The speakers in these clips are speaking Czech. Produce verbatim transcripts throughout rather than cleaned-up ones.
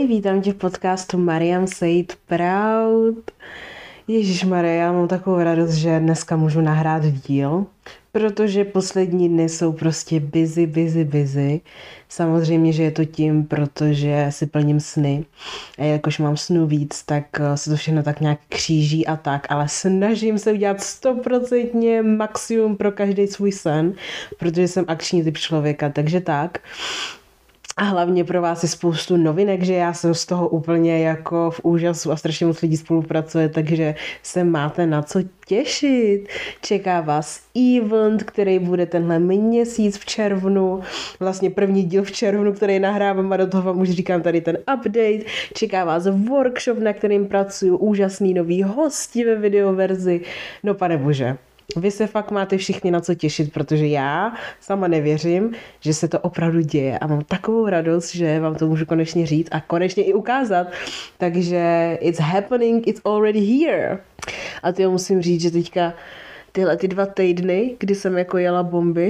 Ahoj, vítám tě v podcastu Mariam Said Proud. Ježišmarja, já mám takovou radost, že dneska můžu nahrát díl, protože poslední dny jsou prostě busy, busy, busy. Samozřejmě, že je to tím, protože si plním sny a jakož mám snů víc, tak se to všechno tak nějak kříží a tak, ale snažím se udělat stoprocentně maximum pro každý svůj sen, protože jsem akční typ člověka, takže tak. A hlavně pro vás je spoustu novinek, že já jsem z toho úplně jako v úžasu a strašně moc lidí spolupracuje, takže se máte na co těšit. Čeká vás event, který bude tenhle měsíc v červnu, vlastně první díl v červnu, který nahrávám a do toho vám už říkám tady ten update. Čeká vás workshop, na kterým pracuju, úžasný nový hosti ve videoverzi. No pane bože. Vy se fakt máte všichni na co těšit, protože já sama nevěřím, že se to opravdu děje a mám takovou radost, že vám to můžu konečně říct a konečně i ukázat. Takže it's happening, it's already here. A to musím říct, že teďka tyhle ty dva týdny, kdy jsem jako jela bomby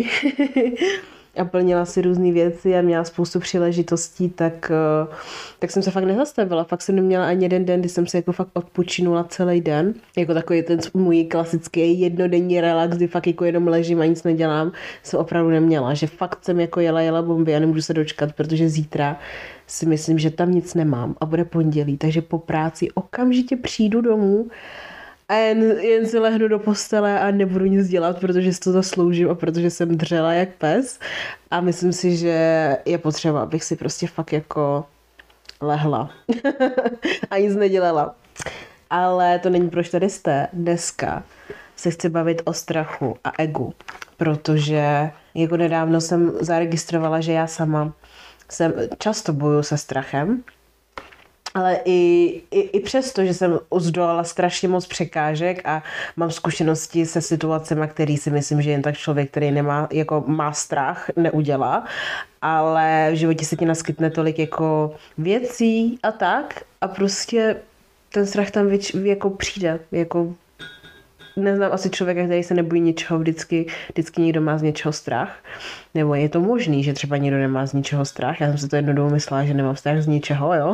a plnila si různé věci a měla spoustu příležitostí, tak, tak jsem se fakt nezastavila. Fakt jsem neměla ani jeden den, kdy jsem se jako fakt odpočinula celý den. Jako takový ten můj klasický jednodenní relax, kdy fakt jako jenom ležím a nic nedělám, jsem opravdu neměla. Že fakt jsem jako jela, jela bomby a nemůžu se dočkat, protože zítra si myslím, že tam nic nemám a bude pondělí, takže po práci okamžitě přijdu domů a jen, jen si lehnu do postele a nebudu nic dělat, protože si to zasloužím a protože jsem dřela jak pes. A myslím si, že je potřeba, abych si prostě fakt jako lehla a nic nedělala. Ale to není proč tady jste. Dneska se chci bavit o strachu a egu, protože jako nedávno jsem zaregistrovala, že já sama jsem často bojuju se strachem. Ale i, i, i přesto, že jsem uzdolala strašně moc překážek a mám zkušenosti se situacemi, který si myslím, že jen tak člověk, který nemá, jako má strach, neudělá. Ale v životě se ti naskytne tolik jako věcí a tak a prostě ten strach tam věč, jako přijde. Jako neznám asi člověka, který se nebojí ničeho, vždycky, vždycky někdo má z něčeho strach. Nebo je to možný, že třeba někdo nemá z ničeho strach. Já jsem si to jednou dobu myslela, že nemám strach z ničeho, jo.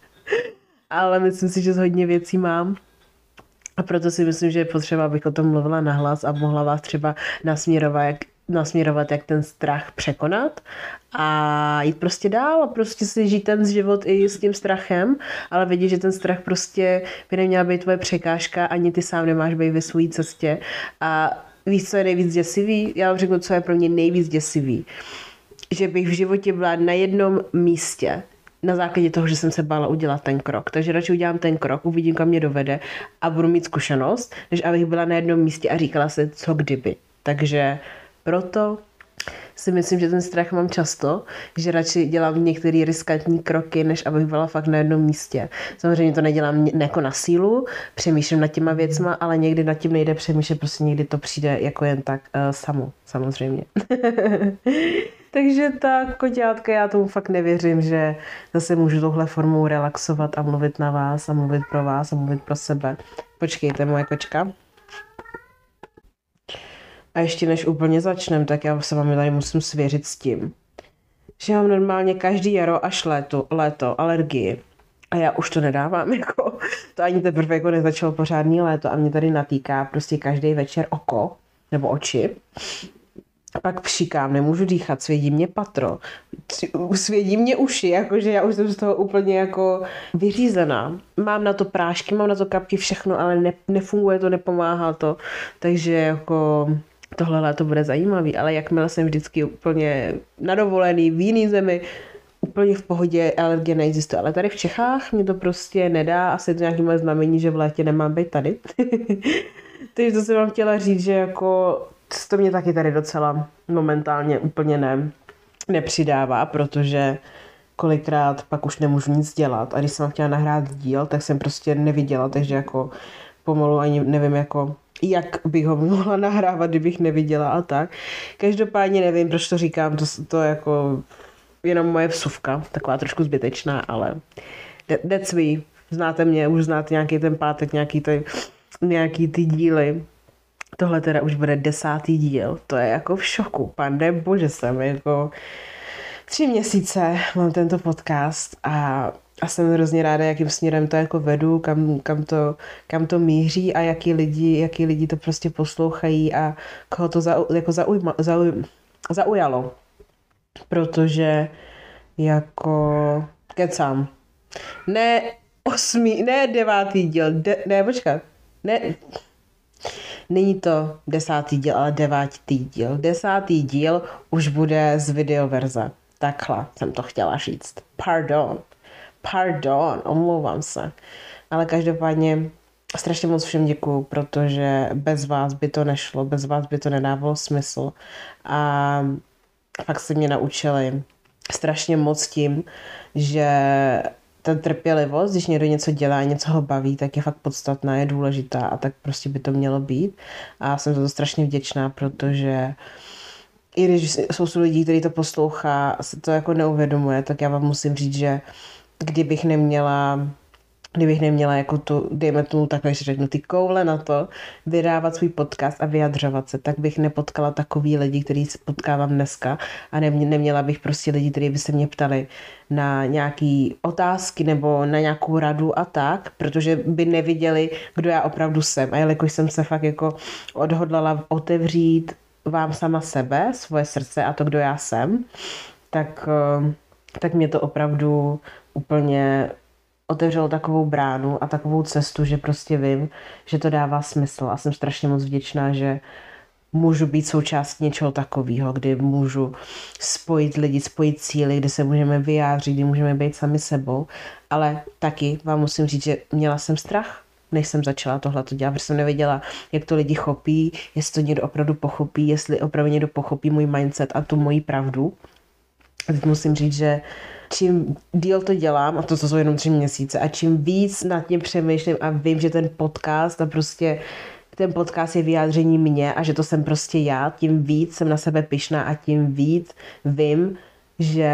Ale myslím si, že z hodně věcí mám. A proto si myslím, že je potřeba, abych o tom mluvila nahlas a mohla vás třeba nasměrovat, jak, nasměrovat, jak ten strach překonat a jít prostě dál a prostě si žít ten život i s tím strachem, ale vědět, že ten strach prostě by neměla být tvoje překážka, ani ty sám nemáš být ve své cestě. A víš, co je nejvíc děsivý? Já vám řeknu, co je pro mě nejvíc děsivý. Že bych v životě byla na jednom místě, na základě toho, že jsem se bála udělat ten krok. Takže radši udělám ten krok, uvidím, kam mě dovede a budu mít zkušenost, než abych byla na jednom místě a říkala si, co kdyby. Takže proto si myslím, že ten strach mám často, že radši dělám některé riskantní kroky, než abych byla fakt na jednom místě. Samozřejmě to nedělám jako na sílu, přemýšlím nad těma věcma, ale někdy nad tím nejde přemýšlet, prostě někdy to přijde jako jen tak uh, samo, samozřejmě. Takže tak, koťátka, já tomu fakt nevěřím, že zase můžu touhle formou relaxovat a mluvit na vás a mluvit pro vás a mluvit pro sebe. Počkejte, moje kočka. A ještě než úplně začnem, tak já se vám tady musím svěřit s tím, že mám normálně každý jaro až léto, léto alergii. A já už to nedávám, jako to ani teprve jako nezačalo pořádný léto a mě tady natýká prostě každý večer oko nebo oči. Pak pšikám, nemůžu dýchat, svědí mě patro, svědí mě uši, jakože já už jsem z toho úplně jako vyřízená. Mám na to prášky, mám na to kapky, všechno, ale ne, nefunguje to, nepomáhá to, takže jako tohle léto bude zajímavý, ale jakmile jsem vždycky úplně na dovolený v jiný zemi, úplně v pohodě, alergie neexistuje, ale tady v Čechách mě to prostě nedá, asi je to nějaký moje znamení, že v létě nemám být tady. Takže to jsem vám chtěla říct, že jako to mě taky tady docela momentálně úplně ne, nepřidává, protože kolikrát pak už nemůžu nic dělat a když jsem chtěla nahrát díl, tak jsem prostě neviděla, takže jako pomalu ani nevím jako jak bych ho mohla nahrávat, kdybych neviděla a tak. Každopádně nevím, proč to říkám, to, to jako jenom moje vsuvka, taková trošku zbytečná, ale that's me. Znáte mě, už znáte nějaký ten pátek, nějaký ty, nějaký ty díly. Tohle teda už bude desátý díl, to je jako v šoku, pane bože jsem, jako tři měsíce mám tento podcast a a jsem hrozně ráda, jakým směrem to jako vedu, kam, kam, to, kam to míří a jaký lidi, jaký lidi to prostě poslouchají a koho to zau, jako zaujma, zauj, zaujalo. Protože jako kecám. Ne osmý, ne devátý díl, de, ne počkat, ne, není to desátý díl, ale devátý díl. Desátý díl už bude z videoverze. Takhle jsem to chtěla říct. Pardon. Pardon, omlouvám se. Ale každopádně strašně moc všem děkuju, protože bez vás by to nešlo, bez vás by to nedávalo smysl. A fakt se mě naučili strašně moc tím, že ta trpělivost, když někdo něco dělá, něco ho baví, tak je fakt podstatná, je důležitá a tak prostě by to mělo být. A jsem za to strašně vděčná, protože i když jsou lidí, kteří to poslouchá, se to jako neuvědomuje, tak já vám musím říct, že kdybych neměla, kdybych neměla jako tu, dejme tomu takhle, že řeknu, ty koule na to, vydávat svůj podcast a vyjadřovat se, tak bych nepotkala takový lidi, který se potkávám dneska a neměla bych prostě lidi, kteří by se mě ptali na nějaký otázky nebo na nějakou radu a tak, protože by neviděli, kdo já opravdu jsem. A jelikož jsem se fakt jako odhodlala otevřít vám sama sebe, svoje srdce a to, kdo já jsem, tak, tak mě to opravdu úplně otevřelo takovou bránu a takovou cestu, že prostě vím, že to dává smysl a jsem strašně moc vděčná, že můžu být součástí něčeho takového, kdy můžu spojit lidi, spojit cíly, kde se můžeme vyjádřit, kdy můžeme být sami sebou, ale taky vám musím říct, že měla jsem strach, než jsem začala tohle to dělat, protože jsem nevěděla, jak to lidi chopí, jestli to někdo opravdu pochopí, jestli opravdu někdo pochopí můj mindset a tu moji pravdu. A teď musím říct, že čím díl to dělám, a to, to jsou jenom tři měsíce, a čím víc nad tím přemýšlím a vím, že ten podcast a prostě ten podcast je vyjádření mě a že to jsem prostě já, tím víc jsem na sebe pyšná a tím víc vím, že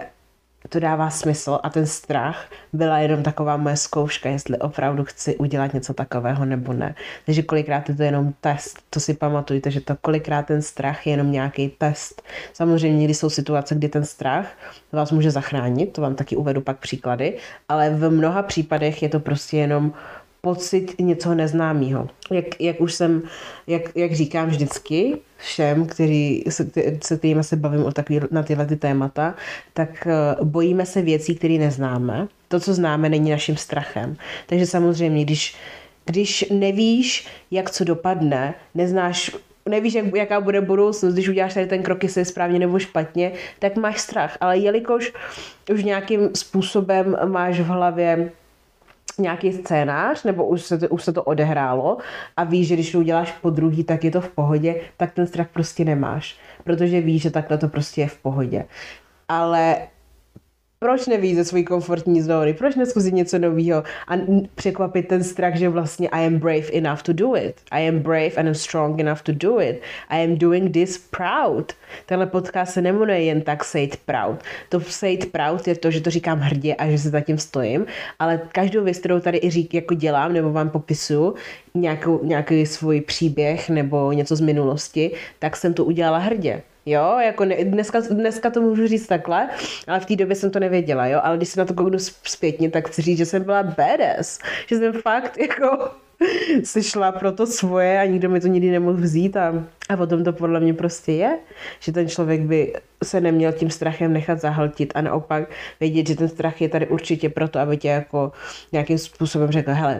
to dává smysl a ten strach byla jenom taková moje zkouška, jestli opravdu chci udělat něco takového nebo ne. Takže kolikrát je to jenom test, to si pamatujte, že to kolikrát ten strach je jenom nějaký test. Samozřejmě někdy jsou situace, kdy ten strach vás může zachránit, to vám taky uvedu pak příklady, ale v mnoha případech je to prostě jenom pocit něco neznámého. Jak, jak už jsem, jak, jak říkám vždycky všem, který, se, se kterými se bavím o takový, na tyhle ty témata, tak bojíme se věcí, které neznáme. To, co známe, není naším strachem. Takže samozřejmě, když, když nevíš, jak co dopadne, neznáš nevíš, jak, jaká bude budoucnost, když uděláš tady ten krok, jestli je správně nebo špatně, tak máš strach. Ale jelikož už nějakým způsobem máš v hlavě nějaký scénář, nebo už se, to, už se to odehrálo a víš, že když to uděláš po druhý, tak je to v pohodě, tak ten strach prostě nemáš, protože víš, že takhle to prostě je v pohodě. Ale proč nevíc ze své komfortní zóny? Proč neskusit něco nového a překvapit ten strach, že vlastně I am brave enough to do it. I am brave and I'm strong enough to do it. I am doing this proud. Tenhle podcast se nejmenuje jen tak say it proud. To say it proud je to, že to říkám hrdě a že se za tím stojím, ale každou věc, kterou tady i řík, jako dělám nebo vám popisuju, nějakou, nějaký svůj příběh nebo něco z minulosti, tak jsem to udělala hrdě. Jo, jako ne, dneska, dneska to můžu říct takhle, ale v té době jsem to nevěděla, jo, ale když se na to kouknu zpětně, tak chci říct, že jsem byla badass, že jsem fakt jako si šla pro to svoje a nikdo mi to nikdy nemohl vzít a, a potom to podle mě prostě je, že ten člověk by se neměl tím strachem nechat zahltit a naopak vědět, že ten strach je tady určitě proto, aby tě jako nějakým způsobem řekl, hele,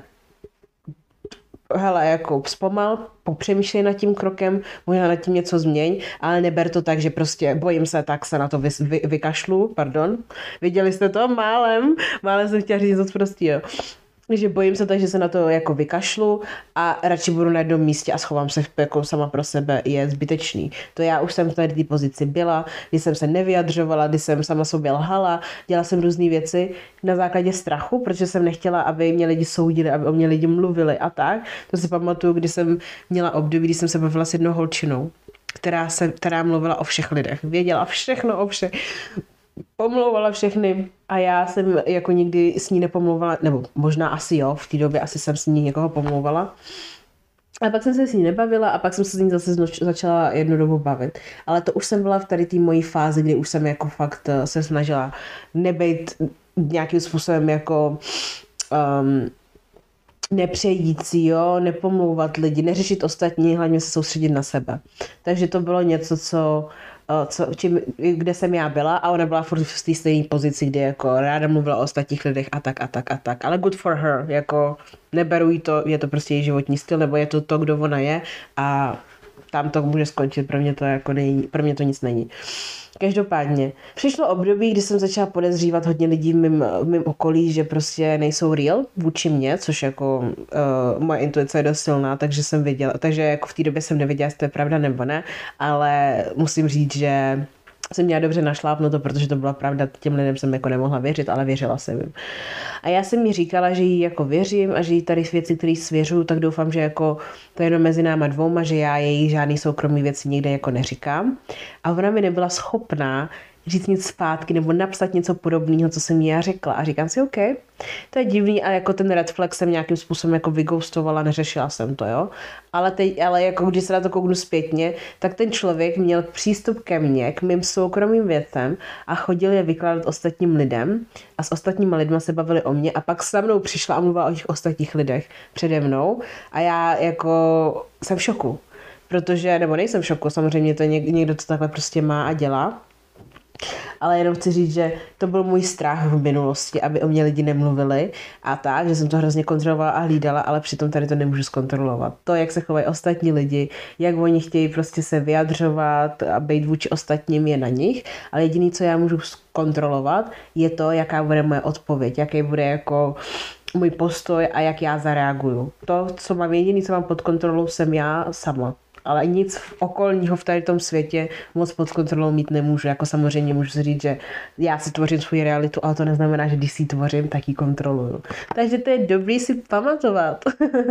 hele, jako vzpomal, popřemýšlej nad tím krokem, možná nad tím něco změň, ale neber to tak, že prostě bojím se, tak se na to vy, vy, vykašlu, pardon. Viděli jste to? Málem, málem jsem chtěla říct něco prostýho. že bojím se tak, že se na to jako vykašlu a radši budu na jednom místě a schovám se jako sama pro sebe, je zbytečný. To já už jsem v té pozici byla, kdy jsem se nevyjadřovala, kdy jsem sama sobě lhala, dělala jsem různé věci na základě strachu, protože jsem nechtěla, aby mě lidi soudili, aby o mě lidi mluvili a tak. To si pamatuju, kdy jsem měla období, kdy jsem se bavila s jednou holčinou, která, se, která mluvila o všech lidech. Věděla všechno o všech. Pomlouvala všechny a já jsem jako nikdy s ní nepomlouvala, nebo možná asi jo, v té době asi jsem s ní někoho pomlouvala. A pak jsem se s ní nebavila a pak jsem se s ní zase začala jednu dobu bavit. Ale to už jsem byla v tady té mojí fázi, kdy už jsem jako fakt se snažila nebejt nějakým způsobem jako um, nepřející, jo, nepomlouvat lidi, neřešit ostatní, hlavně se soustředit na sebe. Takže to bylo něco, co, co čím, kde jsem já byla a ona byla furt v té stejné pozici, kde jako ráda mluvila o ostatních lidech a tak a tak a tak. Ale good for her, jako neberu jí to, je to prostě její životní styl, nebo je to to, kdo ona je a tam to může skončit, pro mě to jako není, pro mě to nic není. Každopádně, přišlo období, kdy jsem začala podezřívat hodně lidí v mým, v mým okolí, že prostě nejsou real vůči mně, což jako uh, moje intuice je dost silná, takže jsem viděla, takže jako v té době jsem nevěděla, jestli to je pravda nebo ne, ale musím říct, že jsem měla dobře našlápnuto, protože to byla pravda, těm lidem jsem jako nemohla věřit, ale věřila jsem jim. A já jsem mi říkala, že jí jako věřím a že jí tady věci, které svěřuju, tak doufám, že jako to je jenom mezi náma dvouma, že já její žádný soukromý věci nikde jako neříkám. A ona mi nebyla schopná říct nic zpátky nebo napsat něco podobného, co jsem jí já řekla. A říkám si, OK, to je divný a jako ten red flag jsem nějakým způsobem jako vygoustovala, neřešila jsem to, jo. Ale, teď, ale jako když se na to kouknu zpětně, tak ten člověk měl přístup ke mně, k mým soukromým věcem a chodil je vykládat ostatním lidem a s ostatníma lidma se bavili o mně a pak se mnou přišla a mluvila o těch ostatních lidech přede mnou a já jako jsem v šoku, protože, nebo nejsem v šoku, samozřejmě to někdo to takhle prostě má a dělá. Ale jenom chci říct, že to byl můj strach v minulosti, aby o mě lidi nemluvili a tak, že jsem to hrozně kontrolovala a hlídala, ale přitom tady to nemůžu zkontrolovat. To, jak se chovají ostatní lidi, jak oni chtějí prostě se vyjadřovat a být vůči ostatním je na nich, ale jediné, co já můžu zkontrolovat, je to, jaká bude moje odpověď, jaký bude jako můj postoj a jak já zareaguju. To, co mám jediný, co mám pod kontrolou, jsem já sama. Ale nic okolního v tady tom světě moc pod kontrolou mít nemůžu. Jako samozřejmě můžu si říct, že já si tvořím svou realitu, ale to neznamená, že když si ji tvořím, tak ji kontroluju. Takže to je dobrý si pamatovat.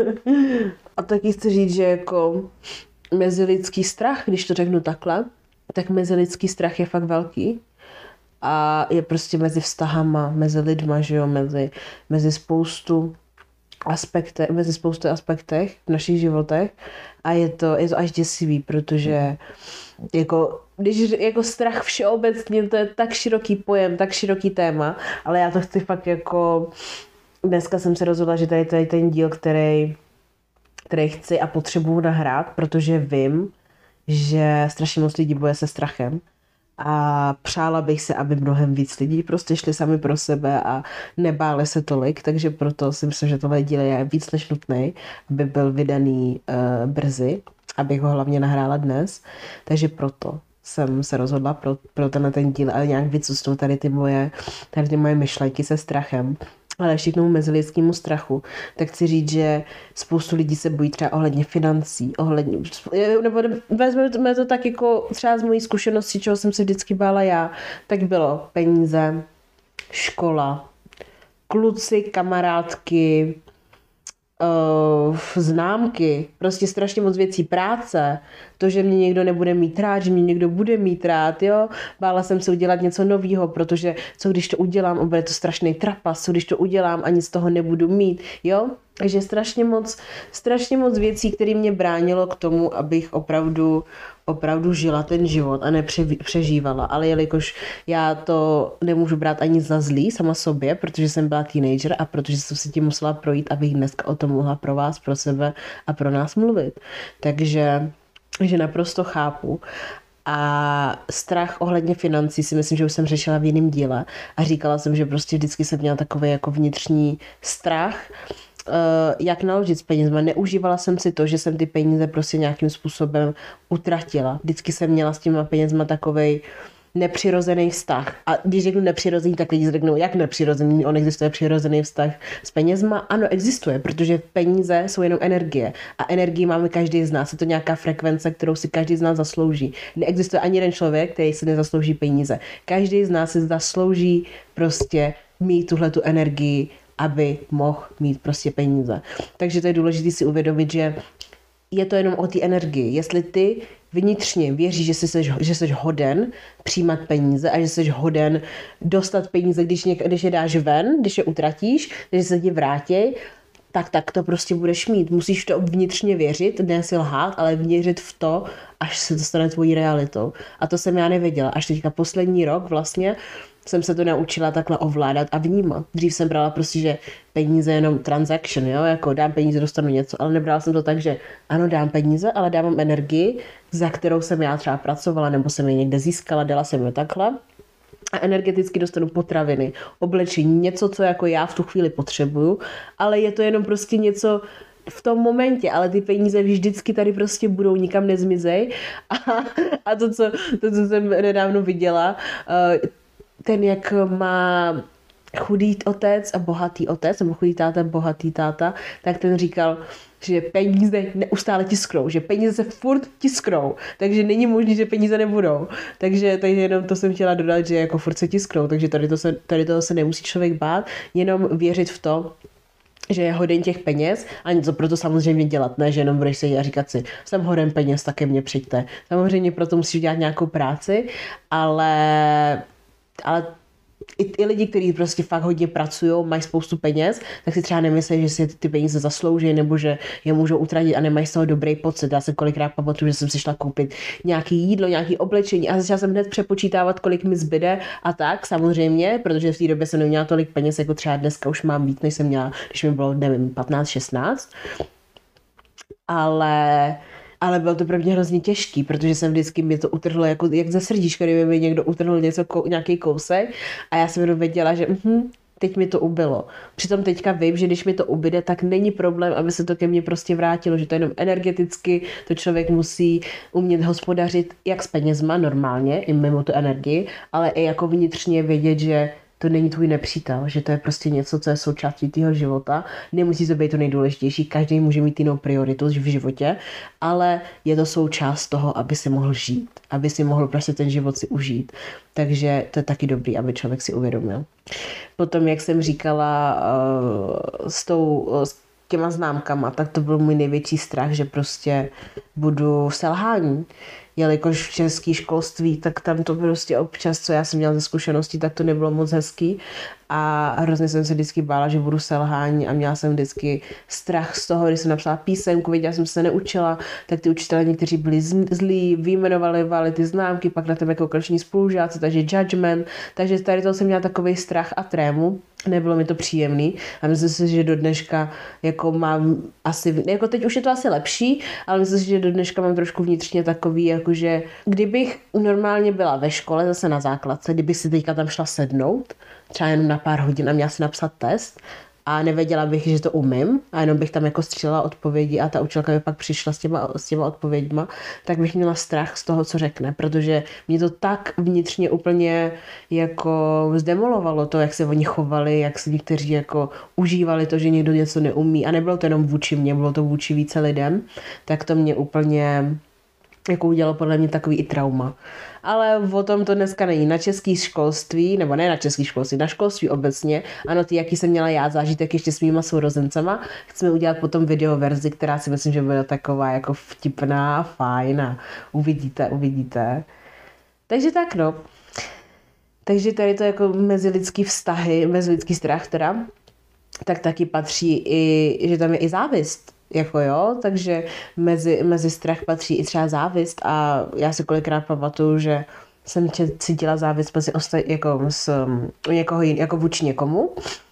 A taky chci říct, že jako mezilidský strach, když to řeknu takhle, tak mezilidský strach je fakt velký. A je prostě mezi vztahama, mezi lidma, že jo, mezi, mezi spoustu aspektech, mezi spoustu aspektech v našich životech a je to, je to až děsivý, protože jako, když jako strach všeobecně, to je tak široký pojem, tak široký téma, ale já to chci fakt jako, dneska jsem se rozhodla, že tady, tady ten díl, který, který chci a potřebuju nahrát, protože vím, že strašně moc lidí boje se strachem. A přála bych se, aby mnohem víc lidí prostě šli sami pro sebe a nebáli se tolik, takže proto si myslím, že tohle díl je víc než nutný, aby byl vydaný uh, brzy, abych ho hlavně nahrála dnes, takže proto jsem se rozhodla pro, pro tenhle ten díl, ale nějak vycustnout tady ty moje, tady ty moje myšlenky se strachem. Ale ještě k tomu mezilidskému strachu, tak chci říct, že spoustu lidí se bojí třeba ohledně financí, ohledně, nebo vezmeme to tak jako třeba z mojí zkušenosti, čeho jsem se vždycky bála já, tak bylo peníze, škola, kluci, kamarádky, uh, známky, prostě strašně moc věcí, práce, to, že mě někdo nebude mít rád, že mě někdo bude mít rád, jo. Bála jsem se udělat něco nového, protože co když to udělám, a bude to strašný trapas, co když to udělám a nic z toho nebudu mít, jo. Takže strašně moc, strašně moc věcí, které mě bránilo k tomu, abych opravdu, opravdu žila ten život a nepřežívala. Ale jelikož já to nemůžu brát ani za zlý sama sobě, protože jsem byla teenager a protože jsem si tím musela projít, abych dneska o tom mohla pro vás, pro sebe a pro nás mluvit. Takže že naprosto chápu. A strach ohledně financí si myslím, že už jsem řešila v jiném díle a říkala jsem, že prostě vždycky jsem měla takový jako vnitřní strach, jak naložit s penězma. Neužívala jsem si to, že jsem ty peníze prostě nějakým způsobem utratila. Vždycky jsem měla s těma penězma takovej nepřirozený vztah. A když řeknu nepřirozený, tak lidi řeknou, jak nepřirozený, on existuje přirozený vztah s penězma? Ano, existuje, protože peníze jsou jenom energie. A energii máme každý z nás. Je to nějaká frekvence, kterou si každý z nás zaslouží. Neexistuje ani jeden člověk, který si nezaslouží peníze. Každý z nás si zaslouží prostě mít tuhletu energii, aby mohl mít prostě peníze. Takže to je důležité si uvědomit, že je to jenom o té energii. Jestli ty vnitřně věříš, že jsi, že jsi hoden přijímat peníze a že jsi hoden dostat peníze, když, něk, když je dáš ven, když je utratíš, když se ti vrátí, tak tak to prostě budeš mít. Musíš to vnitřně věřit, ne si lhát, ale věřit v to, až se to stane tvojí realitou. A to jsem já nevěděla. Až teďka poslední rok vlastně, jsem se to naučila takhle ovládat a vnímat. Dřív jsem brala prostě, že peníze je jenom transaction, jo, jako dám peníze, dostanu něco, ale nebrala jsem to tak, že ano, dám peníze, ale dávám energii, za kterou jsem já třeba pracovala, nebo jsem je někde získala, dala jsem je takhle. A energeticky dostanu potraviny, oblečení, něco, co jako já v tu chvíli potřebuju, ale je to jenom prostě něco v tom momentě, ale ty peníze vždycky tady prostě budou, nikam nezmizej. A, a to, co, to, co jsem nedávno viděla, ten, jak má chudý otec a bohatý otec, nebo chudý táta, bohatý táta, tak ten říkal, že peníze neustále tisknou, že peníze se furt tisknou, takže není možné, že peníze nebudou. Takže, takže jenom to jsem chtěla dodat, že jako furt se tisknou, takže tady, to se, tady toho se nemusí člověk bát, jenom věřit v to, že je hoden těch peněz a něco proto samozřejmě dělat, ne, že jenom budeš sedět a říkat si, jsem hoden peněz, tak ke mně přijďte. Samozřejmě proto musíš dělat nějakou práci, ale, ale I, i lidi, kteří prostě fakt hodně pracují, mají spoustu peněz, tak si třeba nemyslí, že si ty peníze zaslouží nebo že je můžou utratit a nemají z toho dobrý pocit. Já se kolikrát pamatuju, že jsem si šla koupit nějaký jídlo, nějaký oblečení a začala jsem hned přepočítávat, kolik mi zbyde a tak samozřejmě, protože v té době jsem neměla tolik peněz, jako třeba dneska už mám víc, než jsem měla, když mi bylo, nevím, patnáct šestnáct. Ale... Ale bylo to pro mě hrozně těžký, protože jsem vždycky mě to utrhlo jako, jak ze srdíčka, kdyby mi někdo utrhl něco, nějaký kousek a já jsem jenom věděla, že uh, teď mi to ubylo. Přitom teďka vím, že když mi to ubyde, tak není problém, aby se to ke mně prostě vrátilo, že to jenom energeticky, to člověk musí umět hospodařit jak s penězma normálně, i mimo tu energii, ale i jako vnitřně vědět, že to není tvůj nepřítel, že to je prostě něco, co je součástí tvýho života. Nemusí to být to nejdůležitější, každý může mít jinou prioritu v životě, ale je to součást toho, aby si mohl žít, aby si mohl prostě ten život si užít. Takže to je taky dobrý, aby člověk si uvědomil. Potom, jak jsem říkala, s tou s těma známkama, tak to byl můj největší strach, že prostě budu v selhání. Jelikož v české školství, tak tam to prostě občas, co já jsem měla ze zkušeností, tak to nebylo moc hezký a hrozně jsem se vždycky bála, že budu selhání a měla jsem vždycky strach z toho, když jsem napsala písemku, věděla jsem, že se neučila, tak ty učitelé někteří byli zlí, vyjmenovali ty známky, pak na tebe koukali všichni spolužáci, takže judgment, takže tady to jsem měla takový strach a trému. Nebylo mi to příjemný a myslím si, že do dneška jako mám asi, jako teď už je to asi lepší, ale myslím si, že do dneška mám trošku vnitřně takový, jakože kdybych normálně byla ve škole, zase na základce, kdybych si teďka tam šla sednout, třeba jenom na pár hodin a měla si napsat test a nevěděla bych, že to umím a jenom bych tam jako střílela odpovědi a ta učitelka by pak přišla s těma, s těma odpověďma, tak bych měla strach z toho, co řekne, protože mě to tak vnitřně úplně jako zdemolovalo to, jak se oni chovali, jak se někteří jako užívali to, že někdo něco neumí a nebylo to jenom vůči mně, bylo to vůči více lidem, tak to mě úplně jako udělalo podle mě takový i trauma. Ale o tom to dneska není. Na český školství, nebo ne na český školství, na školství obecně, ano, ty, jaký jsem měla já zážitek ještě s mýma sourozencema, chceme udělat potom videoverzi, která si myslím, že bude taková jako vtipná, fajn a uvidíte, uvidíte. Takže tak no. Takže tady to jako mezilidský vztahy, mezilidský strach teda, tak taky patří i, že tam je i závist. Jako jo, takže mezi, mezi strach patří i třeba závist a já si kolikrát pamatuju, že jsem cítila závist mezi osta- jako, s, někoho jin, jako vůči někomu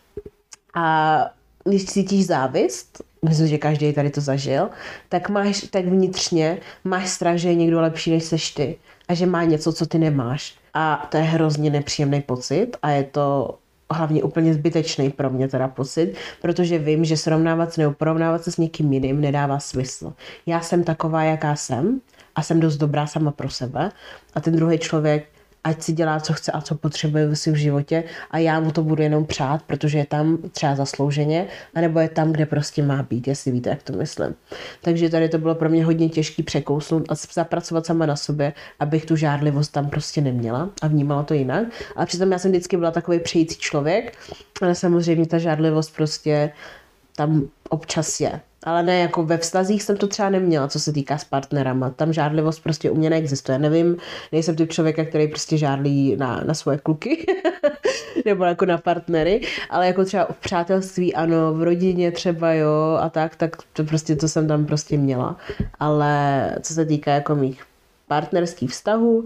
a když cítíš závist, myslím, že každý tady to zažil, tak máš, tak vnitřně máš strach, že je někdo lepší než seš ty a že má něco, co ty nemáš a to je hrozně nepříjemný pocit a je to hlavně úplně zbytečný pro mě teda pocit, protože vím, že srovnávat se nebo porovnávat se s někým jiným nedává smysl. Já jsem taková, jaká jsem a jsem dost dobrá sama pro sebe a ten druhý člověk ať si dělá, co chce a co potřebuje v svém životě a já mu to budu jenom přát, protože je tam třeba zaslouženě, anebo je tam, kde prostě má být, jestli víte, jak to myslím. Takže tady to bylo pro mě hodně těžký překousnout a zapracovat sama na sobě, abych tu žárlivost tam prostě neměla a vnímala to jinak. Ale přitom já jsem vždycky byla takový přející člověk, ale samozřejmě ta žárlivost prostě tam občas je. Ale ne, jako ve vztazích jsem to třeba neměla, co se týká s partnerama. Tam žárlivost prostě u mě neexistuje. Nevím, nejsem typ člověka, který prostě žárlí na, na svoje kluky nebo jako na partnery, ale jako třeba v přátelství, ano, v rodině třeba, jo, a tak, tak to prostě, to jsem tam prostě měla. Ale co se týká jako mých partnerských vztahů,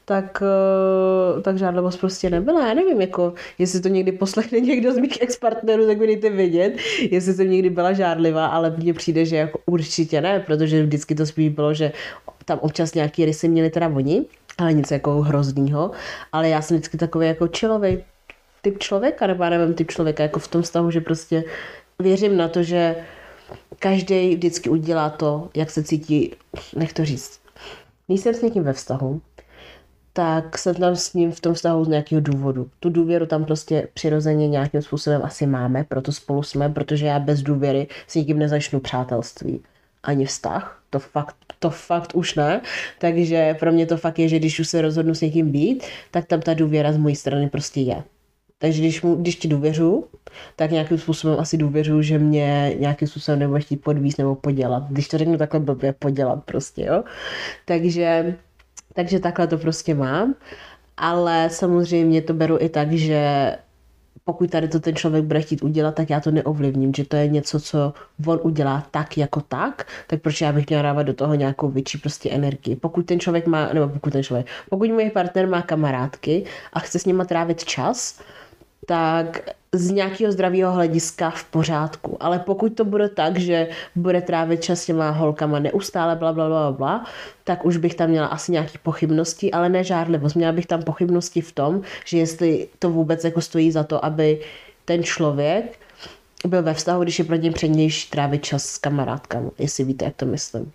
tak, tak žádlivost prostě nebyla. Já nevím, jako, jestli to někdy poslechne někdo z mých ex-partnerů, tak mi dejte vědět, jestli jsem někdy byla žádlivá, ale mně přijde, že jako určitě ne, protože vždycky to spíš bylo, že tam občas nějaký rysy měli teda oni, ale nic jako hroznýho, ale já jsem vždycky takový jako chillový typ člověka, nebo já nevím, typ člověka jako v tom vztahu, že prostě věřím na to, že každý vždycky udělá to, jak se cítí, nech to říct. Když jsem s někým ve vztahu, tak jsem tam s ním v tom vztahu z nějakého důvodu. Tu důvěru tam prostě přirozeně nějakým způsobem asi máme, proto spolu jsme, protože já bez důvěry s někým nezačnu přátelství. Ani vztah, to fakt, to fakt už ne. Takže pro mě to fakt je, že když už se rozhodnu s někým být, tak tam ta důvěra z mojí strany prostě je. Takže když, mu, když ti důvěřu, tak nějakým způsobem asi důvěřuji, že mě nějakým způsobem nebude chtít podvízt nebo podělat. Když to řeknu takhle blbě, podělat prostě, jo. Takže, takže takhle to prostě mám. Ale samozřejmě to beru i tak, že pokud tady to ten člověk bude chtít udělat, tak já to neovlivním, že to je něco, co on udělá tak jako tak, tak proč já bych měla dávat do toho nějakou větší prostě energii. Pokud ten člověk má, nebo pokud ten člověk, pokud můj partner má kamarádky a chce s nima trávit čas, tak z nějakého zdravého hlediska v pořádku. Ale pokud to bude tak, že bude trávit čas s těma holkama neustále bla, bla, bla, bla, tak už bych tam měla asi nějaké pochybnosti, ale ne žádlivost. Měla bych tam pochybnosti v tom, že jestli to vůbec jako stojí za to, aby ten člověk byl ve vztahu, když je pro něj přednější trávit čas s kamarádkami, jestli víte, jak to myslím.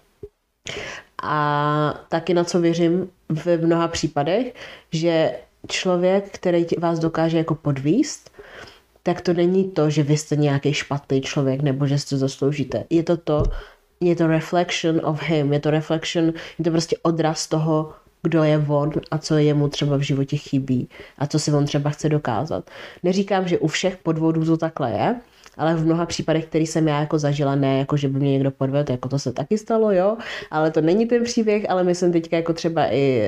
A taky na co věřím v mnoha případech, že člověk, který vás dokáže jako podvíst, tak to není to, že vy jste nějaký špatný člověk nebo že si to zasloužíte. Je to to, je to reflection of him, je to reflection, je to prostě odraz toho, kdo je on a co jemu třeba v životě chybí a co si on třeba chce dokázat. Neříkám, že u všech podvodů to takhle je, ale v mnoha případech, který jsem já jako zažila, ne jako, že by mě někdo podvedl, jako to se taky stalo, jo, ale to není ten příběh, ale myslím teďka jako třeba i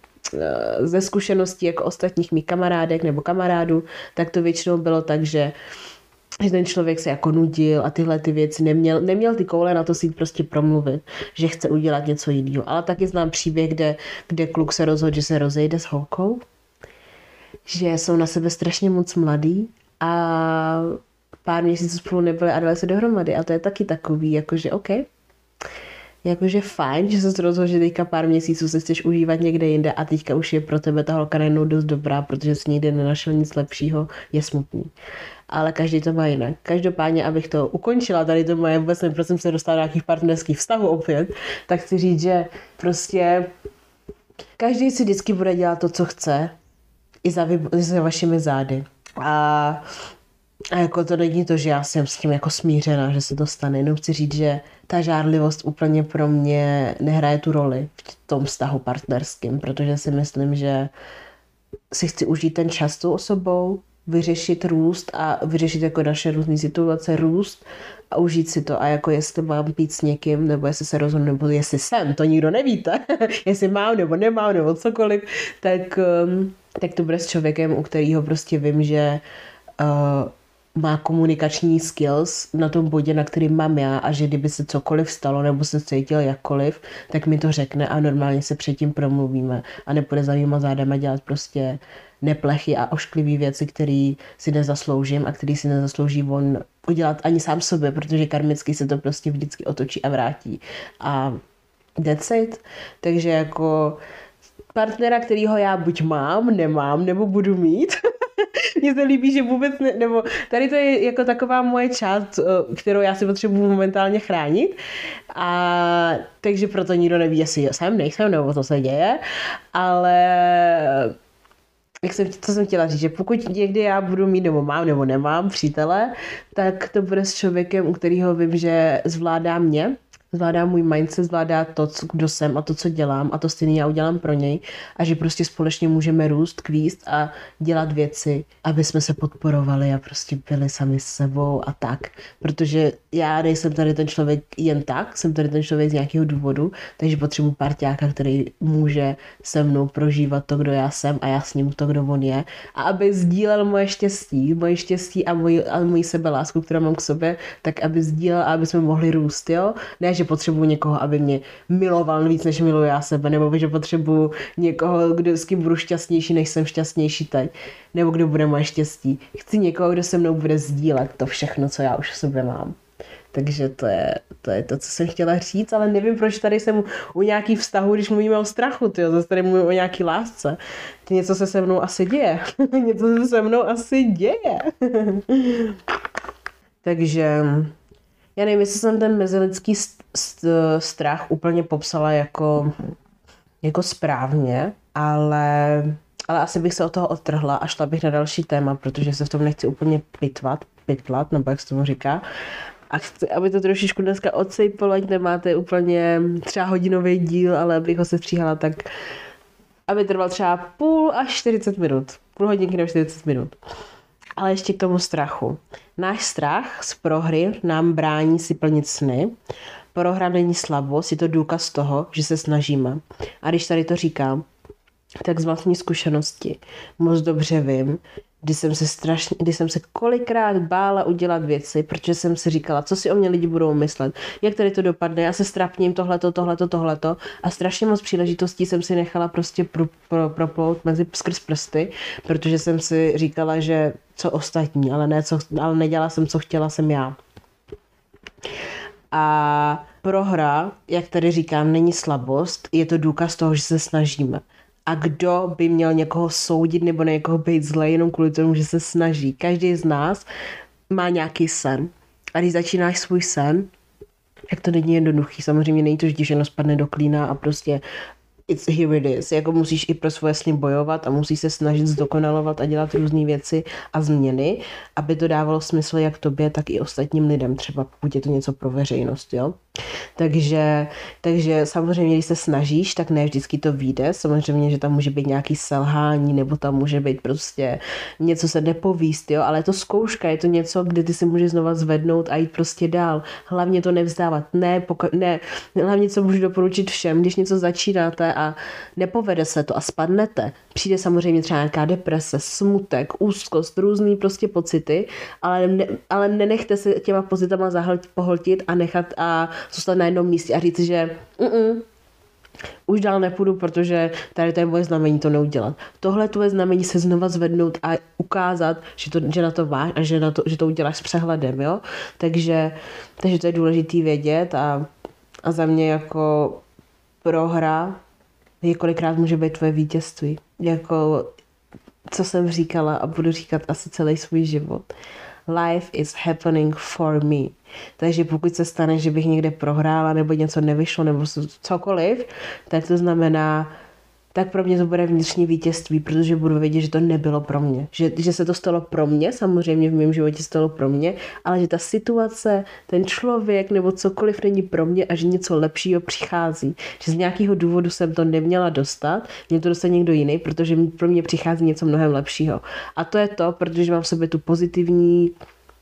ze zkušeností jako ostatních mých kamarádek nebo kamarádů, tak to většinou bylo tak, že že ten člověk se jako nudil a tyhle ty věci neměl, neměl ty koule na to si prostě promluvit, že chce udělat něco jiného. Ale taky znám příběh, kde, kde kluk se rozhodl, že se rozejde s holkou, že jsou na sebe strašně moc mladý a pár měsíců spolu nebyli a dali se dohromady. A to je taky takový, jakože OK, jakože fajn, že se rozhodl, že teďka pár měsíců se chceš užívat někde jinde a teďka už je pro tebe ta holka najednou dost dobrá, protože jsi nikdy nenašel nic lepšího, je smutný. Ale každý to má jinak. Každopádně, abych to ukončila, tady to moje vůbec nevím, proč jsem se dostala do nějakých partnerských vztahů opět, tak chci říct, že prostě každý si vždycky bude dělat to, co chce, i za, vy, i za vašimi zády. A A jako to není to, že já jsem s tím jako smířená, že se to stane. Jenom chci říct, že ta žárlivost úplně pro mě nehraje tu roli v tom vztahu partnerským, protože si myslím, že si chci užít ten čas s tou osobou, vyřešit růst a vyřešit jako naše různé situace, růst a užít si to. A jako jestli mám být s někým, nebo jestli se rozhodnu, nebo jestli jsem, to nikdo nevíte, jestli mám nebo nemám, nebo cokoliv, tak, tak to bude s člověkem, u kterého prostě vím, že uh, má komunikační skills na tom bodě, na kterým mám já a že kdyby se cokoliv stalo nebo se cítil jakkoliv, tak mi to řekne a normálně se předtím promluvíme a nepůjde za mýma zádama dělat prostě neplechy a ošklivý věci, které si nezasloužím a který si nezaslouží on udělat ani sám sobě, protože karmicky se to prostě vždycky otočí a vrátí. A that's it. Takže jako partnera, kterýho já buď mám, nemám, nebo budu mít. Mně se líbí, že vůbec ne, nebo tady to je jako taková moje část, kterou já si potřebuji momentálně chránit. A takže proto nikdo neví, jestli jsem, nejsem, nebo co se děje. Ale jak jsem, co jsem chtěla říct, že pokud někdy já budu mít, nebo mám, nebo nemám přítele, tak to bude s člověkem, u kterého vím, že zvládá mě, zvládá můj mindset, zvládá to, co, kdo jsem a to, co dělám a to stejně já udělám pro něj a že prostě společně můžeme růst, kvíst a dělat věci, aby jsme se podporovali a prostě byli sami s sebou a tak. Protože já nejsem tady ten člověk jen tak, jsem tady ten člověk z nějakého důvodu, takže potřebuji parťáka, který může se mnou prožívat to, kdo já jsem a já s ním to, kdo on je a aby sdílel moje štěstí, moje štěstí a moji, a moji sebelásku, kterou mám k sobě, tak aby sdílel a aby jsme mohli růst, jo? Ne, že potřebuji někoho, aby mě miloval víc, než miluji já sebe, nebo že potřebuji někoho, kdo, s kým budu šťastnější, než jsem šťastnější teď, nebo kdo bude moje štěstí. Chci někoho, kdo se mnou bude sdílet to všechno, co já už v sobě mám. Takže to je, to je to, co jsem chtěla říct, ale nevím, proč tady jsem u nějaký vztahu, když mluvíme o strachu, tyjo, zase tady mluvím o nějaký lásce. Něco se se mnou asi děje. Něco se se mnou asi děje. Takže já nevím, jestli jsem ten mezilidský st- st- strach úplně popsala jako, jako správně, ale, ale asi bych se od toho odtrhla a šla bych na další téma, protože se v tom nechci úplně pitvat, pitlat, nebo jak se tomu říká. A chci, aby to trošičku dneska odsejpalo, ať nemáte úplně třeba hodinový díl, ale abych ho se stříhala tak, aby trval třeba půl až čtyřicet minut. Půl hodinky nebo čtyřicet minut. Ale ještě k tomu strachu. Náš strach z prohry nám brání si plnit sny. Prohra není slabost, je to důkaz toho, že se snažíme. A když tady to říkám, tak z vlastní zkušenosti moc dobře vím, kdy jsem se strašně, kdy jsem se kolikrát bála udělat věci, protože jsem si říkala, co si o mě lidi budou myslet, jak tady to dopadne, já se strapním tohleto, tohleto, tohleto a strašně moc příležitostí jsem si nechala prostě pro, pro, proplout mezi skrz prsty, protože jsem si říkala, že co ostatní, ale, ne, co, ale nedělala jsem, co chtěla jsem já. A prohra, jak tady říkám, není slabost, je to důkaz toho, že se snažíme. A kdo by měl někoho soudit nebo na někoho být zlej jenom kvůli tomu, že se snaží. Každý z nás má nějaký sen. A když začínáš svůj sen, tak to není jednoduchý. Samozřejmě není to, že ti všechno spadne do klína a prostě it's here it is. Jako musíš i pro svoje sny bojovat a musíš se snažit zdokonalovat a dělat různé věci a změny, aby to dávalo smysl jak tobě, tak i ostatním lidem. Třeba pokud je to něco pro veřejnost, jo. Takže, takže samozřejmě, když se snažíš, tak ne vždycky to vyjde. Samozřejmě, že tam může být nějaký selhání, nebo tam může být prostě něco se nepovíst, jo, ale je to zkouška, je to něco, kdy ty si můžeš znova zvednout a jít prostě dál. Hlavně to nevzdávat. Ne, poko- ne, hlavně co můžu doporučit všem, když něco začínáte a nepovede se to a spadnete, přijde samozřejmě třeba nějaká deprese, smutek, úzkost, různý prostě pocity, ale, ne, ale nenechte se těma pocitama zahltit, pohltit a nechat a zůstat na jednom místě a říct, že mm, už dál nepůjdu, protože tady to je moje znamení to neudělat. Tohle tvoje znamení se znova zvednout a ukázat, že, to, že na to máš a že, na to, že to uděláš s přehledem, jo? Takže, takže to je důležitý vědět a, a za mě jako prohra několikrát může být tvoje vítězství. Jako, co jsem říkala a budu říkat asi celý svůj život. Life is happening for me. Takže pokud se stane, že bych někde prohrála nebo něco nevyšlo nebo cokoliv, tak to znamená, tak pro mě to bude vnitřní vítězství, protože budu vědět, že to nebylo pro mě. Že, že se to stalo pro mě, samozřejmě v mém životě stalo pro mě, ale že ta situace, ten člověk nebo cokoliv není pro mě a že něco lepšího přichází. Že z nějakého důvodu jsem to neměla dostat, mě to dostane někdo jiný, protože pro mě přichází něco mnohem lepšího. A to je to, protože mám v sobě tu pozitivní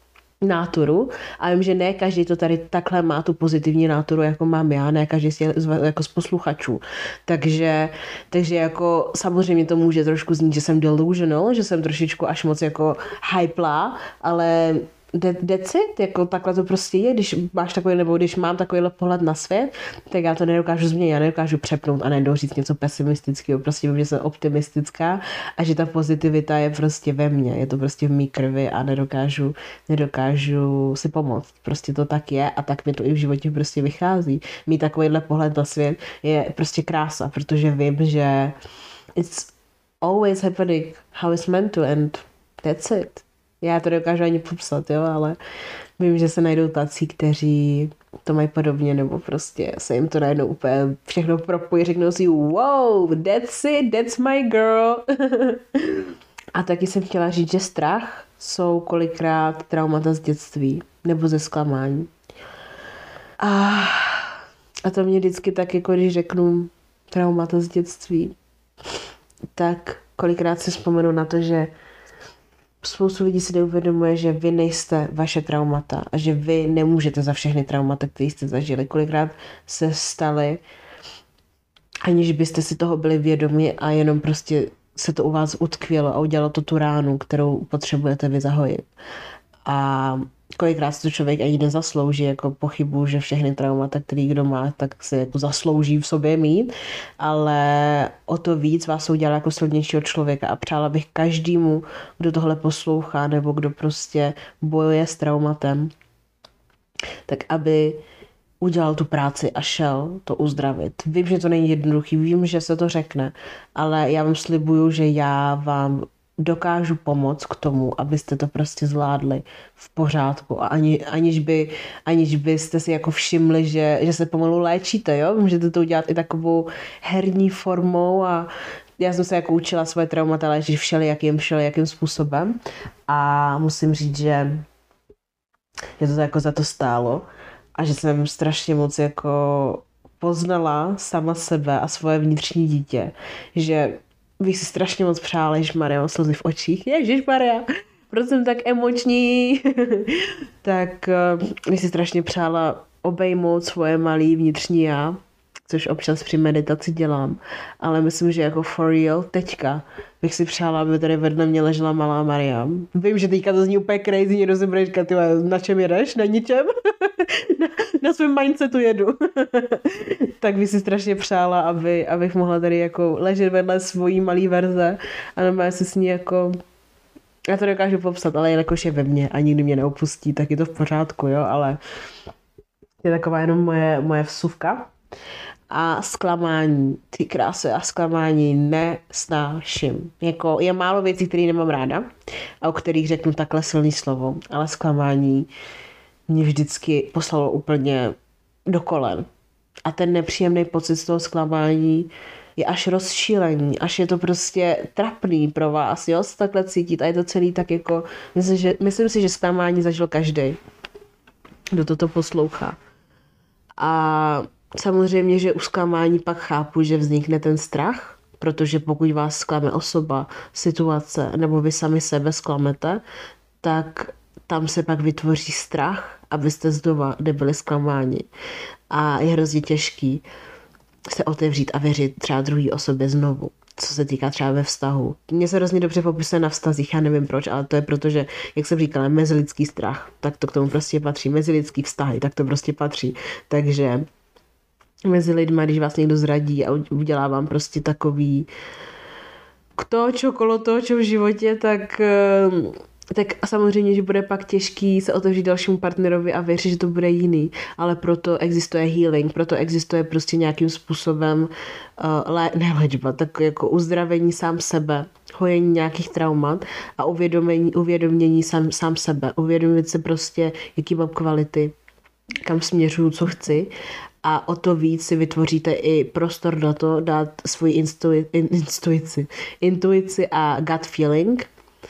náturu a vím, že ne každý to tady takhle má tu pozitivní náturu, jako mám já, ne každý z, jako z posluchačů. Takže, takže jako samozřejmě to může trošku znít, že jsem delusional, že jsem trošičku až moc jako hypla, ale that's it, jako takhle to prostě je, když máš takový, nebo když mám takovýhle pohled na svět, tak já to nedokážu změnit, já nedokážu přepnout a nejdou říct něco pesimistického, prostě vím, že jsem optimistická a že ta pozitivita je prostě ve mně, je to prostě v mý krvi a nedokážu, nedokážu si pomoct, prostě to tak je a tak mi to i v životě prostě vychází. Mít takovýhle pohled na svět je prostě krása, protože vím, že it's always happening how it's meant to and that's it. Já to dokážu ani popsat, jo, ale vím, že se najdou tací, kteří to mají podobně, nebo prostě se jim to najednou úplně všechno propojí, řeknou si wow, that's it, that's my girl. A taky jsem chtěla říct, že strach jsou kolikrát traumata z dětství, nebo ze zklamání. A, a to mě vždycky tak, jako když řeknu traumata z dětství, tak kolikrát si vzpomenu na to, že spoustu lidí si neuvědomuje, že vy nejste vaše traumata a že vy nemůžete za všechny traumata, které jste zažili. Kolikrát se staly, aniž byste si toho byli vědomi a jenom prostě se to u vás utkvělo a udělalo to tu ránu, kterou potřebujete vy zahojit. A, kolikrát si to člověk ani nezaslouží, jako pochybuju, že všechny traumata, který kdo má, tak se jako zaslouží v sobě mít, ale o to víc vás udělá jako silnějšího člověka a přála bych každému, kdo tohle poslouchá nebo kdo prostě bojuje s traumatem, tak aby udělal tu práci a šel to uzdravit. Vím, že to není jednoduchý, vím, že se to řekne, ale já vám slibuju, že já vám dokážu pomoct k tomu, abyste to prostě zvládli v pořádku a ani, aniž, by, aniž byste si jako všimli, že, že se pomalu léčíte, jo? Můžete to udělat i takovou herní formou a já jsem se jako učila svoje traumata léčit všelijakým, všelijakým způsobem a musím říct, že je to jako za to stálo a že jsem strašně moc jako poznala sama sebe a svoje vnitřní dítě, že bych si strašně moc přála, ježišmarja, mám slzy v očích, ježišmarja, proč jsem tak emoční, tak bych si strašně přála obejmout svoje malý vnitřní já, což občas při meditaci dělám, ale myslím, že jako for real, teďka bych si přála, aby tady vedle mě ležela malá Maria. Vím, že teďka to zní úplně crazy, někdo si bude říkat, na čem jedeš, na ničem, na, na svém mindsetu jedu. Tak bych si strašně přála, aby, abych mohla tady jako ležet vedle svojí malý verze a normálně si s ní jako, já to dokážu popsat, ale jelikož je ve mně a nikdy mě neopustí, tak je to v pořádku, jo, ale je taková jenom moje, moje vsuvka. A zklamání, ty krásy a zklamání nesnáším. Jako je málo věcí, které nemám ráda a o kterých řeknu takhle silný slovo, ale zklamání mě vždycky poslalo úplně do kolen. A ten nepříjemný pocit z toho zklamání je až rozšílení, až je to prostě trapný pro vás, jo, se takhle cítit a je to celý tak jako, myslím, že, myslím si, že zklamání zažil každý, kdo toto poslouchá. A samozřejmě, že u zklamání pak chápu, že vznikne ten strach, protože pokud vás zklame osoba, situace nebo vy sami sebe zklamete, tak tam se pak vytvoří strach, abyste znova nebyli zklamáni. A je hrozně těžký se otevřít a věřit třeba druhé osobě znovu, co se týká třeba ve vztahu. Mně se hrozně dobře popisuje na vztazích, já nevím proč, ale to je proto, že, jak jsem říkala, mezilidský strach, tak to k tomu prostě patří. Mezilidský vztahy, tak to prostě patří. Takže mezi lidma, když vás někdo zradí a udělá vám prostě takový kto, čo, kolo to, čo v životě, tak, tak samozřejmě, že bude pak těžký se otevřít dalšímu partnerovi a věřit, že to bude jiný. Ale proto existuje healing, proto existuje prostě nějakým způsobem uh, lé, ne léčba, tak jako uzdravení sám sebe, hojení nějakých traumat a uvědomění, uvědomění sám, sám sebe. Uvědomit se prostě, jaký mám kvality, kam směřuju, co chci. A o to víc si vytvoříte i prostor na to dát svoji instui, intuici, intuici a gut feeling,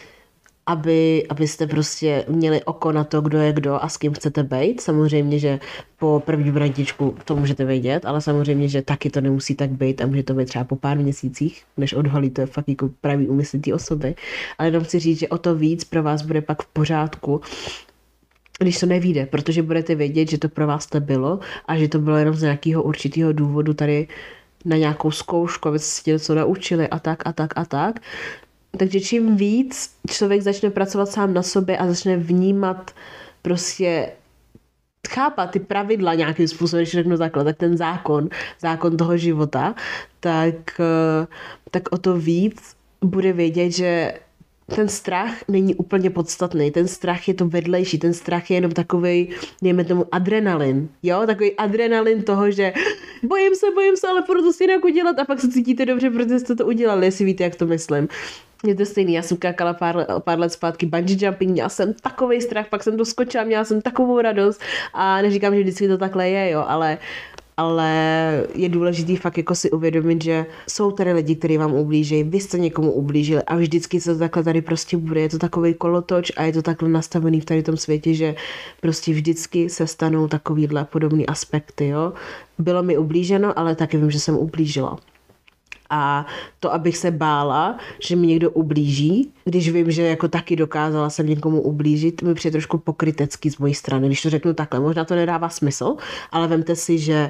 aby, abyste prostě měli oko na to, kdo je kdo a s kým chcete být. Samozřejmě, že po první brandičku to můžete vědět, ale samozřejmě, že taky to nemusí tak být a může to být třeba po pár měsících, než odhalíte fakt jako pravý úmysl té osoby. Ale jenom chci říct, že o to víc pro vás bude pak v pořádku, když to nevíde, protože budete vědět, že to pro vás to bylo a že to bylo jenom z nějakého určitého důvodu tady na nějakou zkoušku, aby se něco naučili a tak a tak a tak. Takže čím víc člověk začne pracovat sám na sobě a začne vnímat prostě chápat ty pravidla nějakým způsobem, když řeknu takhle, tak ten zákon, zákon toho života, tak, tak o to víc bude vědět, že ten strach není úplně podstatný, ten strach je to vedlejší, ten strach je jenom takovej, dejme tomu adrenalin, jo, takový adrenalin toho, že bojím se, bojím se, ale budu to stejně jako udělat a pak se cítíte dobře, protože jste to udělali, jestli víte, jak to myslím. Je to stejný, já jsem kákala pár, pár let zpátky bungee jumping, měla jsem takovej strach, pak jsem doskočila, měla jsem takovou radost a neříkám, že vždycky to takhle je, jo, ale ale je důležitý fakt jako si uvědomit, že jsou tady lidi, kteří vám ublíží, vy jste někomu ublížili a vždycky se to takhle tady prostě bude, je to takový kolotoč a je to takhle nastavený v tady tom světě, že prostě vždycky se stanou takovýhle podobné aspekty, jo. Bylo mi ublíženo, ale taky vím, že jsem ublížila. A to, abych se bála, že mi někdo ublíží, když vím, že jako taky dokázala jsem někomu ublížit, mi přijde trošku pokrytecký z mojí strany, když to řeknu takhle. Možná to nedává smysl, ale vemte si, že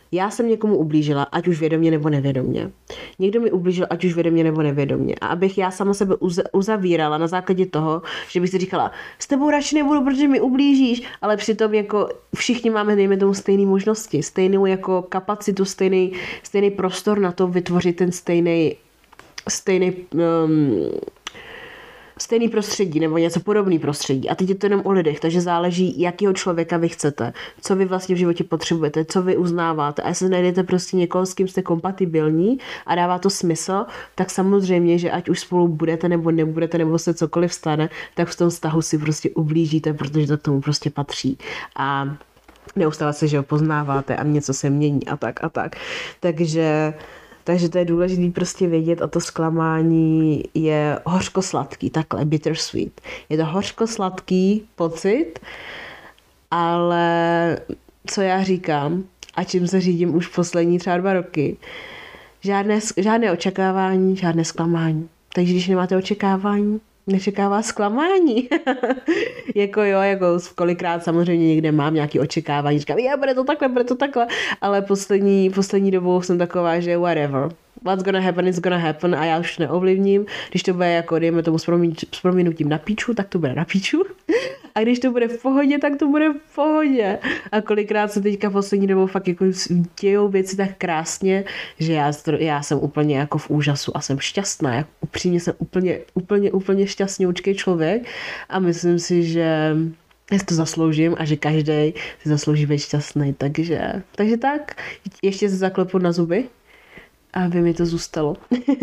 Já jsem někomu ublížila, ať už vědomě nebo nevědomě. Někdo mi ublížil, ať už vědomě nebo nevědomě. A abych já sama sebe uzavírala na základě toho, že bych si říkala, s tebou radši nebudu, protože mi ublížíš, ale přitom jako všichni máme, dejme tomu, stejné možnosti, stejnou jako kapacitu, stejný, stejný prostor na to vytvořit ten stejný stejný um, stejný prostředí nebo něco podobný prostředí. A teď je to jenom o lidech, takže záleží, jakýho člověka vy chcete, co vy vlastně v životě potřebujete, co vy uznáváte. A jestli najdete prostě někoho, s kým jste kompatibilní a dává to smysl, tak samozřejmě, že ať už spolu budete nebo nebudete, nebo se cokoliv stane, tak v tom vztahu si prostě ublížíte, protože to k tomu prostě patří. A neustále se, že ho poznáváte a něco se mění a tak a tak. Takže Takže to je důležité prostě vědět a to zklamání je hořko-sladký, takhle, bittersweet. Je to hořko-sladký pocit, ale co já říkám a čím se řídím už poslední třeba dva roky, žádné, žádné očekávání, žádné zklamání. Takže když nemáte očekávání, nečekává zklamání. jako jo, jako kolikrát samozřejmě někde mám nějaké očekávání, říkám, je, bude to takhle, bude to takhle, ale poslední, poslední dobou jsem taková, že whatever. What's gonna happen is gonna happen a já už neovlivním. Když to bude jako, dejme tomu s prominutím na píču, tak to bude na píču. A když to bude v pohodě, tak to bude v pohodě. A kolikrát se teďka poslední dobou fakt jako dějou věci tak krásně, že já, já jsem úplně jako v úžasu a jsem šťastná. Jak upřímně jsem úplně, úplně, úplně šťastňoučký člověk a myslím si, že já si to zasloužím a že každý si zaslouží být šťastný. Takže, takže tak, ještě se zaklepu na zuby, aby mi to zůstalo.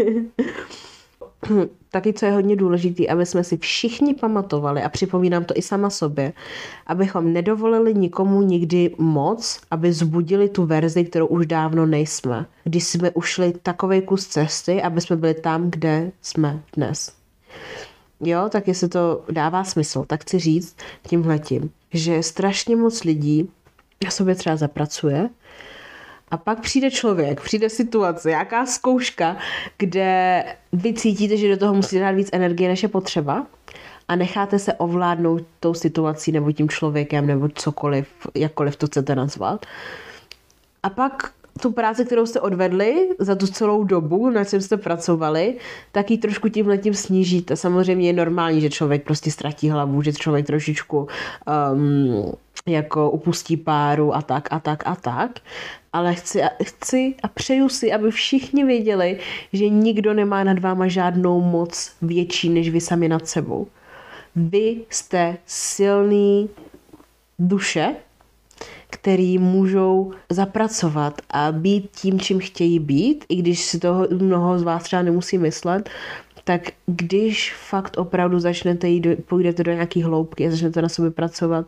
Taky, co je hodně důležité, aby jsme si všichni pamatovali, a připomínám to i sama sobě, abychom nedovolili nikomu nikdy moc, aby zbudili tu verzi, kterou už dávno nejsme. Když jsme ušli takovej kus cesty, aby jsme byli tam, kde jsme dnes. Jo, tak jestli to dává smysl, tak chci říct tímhletím, že strašně moc lidí na sobě třeba zapracuje, a pak přijde člověk, přijde situace, jaká zkouška, kde vy cítíte, že do toho musíte dát víc energie, než je potřeba a necháte se ovládnout tou situací nebo tím člověkem nebo cokoliv, jakkoliv to chcete nazvat. A pak tu práci, kterou jste odvedli za tu celou dobu, na čem jste pracovali, tak ji trošku tímhletím snížíte. Samozřejmě je normální, že člověk prostě ztratí hlavu, že člověk trošičku um, jako upustí páru a tak a tak a tak. Ale chci a, chci a přeju si, aby všichni věděli, že nikdo nemá nad váma žádnou moc větší, než vy sami nad sebou. Vy jste silný duše, který můžou zapracovat a být tím, čím chtějí být, i když si toho mnoho z vás třeba nemusí myslet, tak když fakt opravdu začnete jít, půjdete do nějaký hloubky a začnete na sobě pracovat,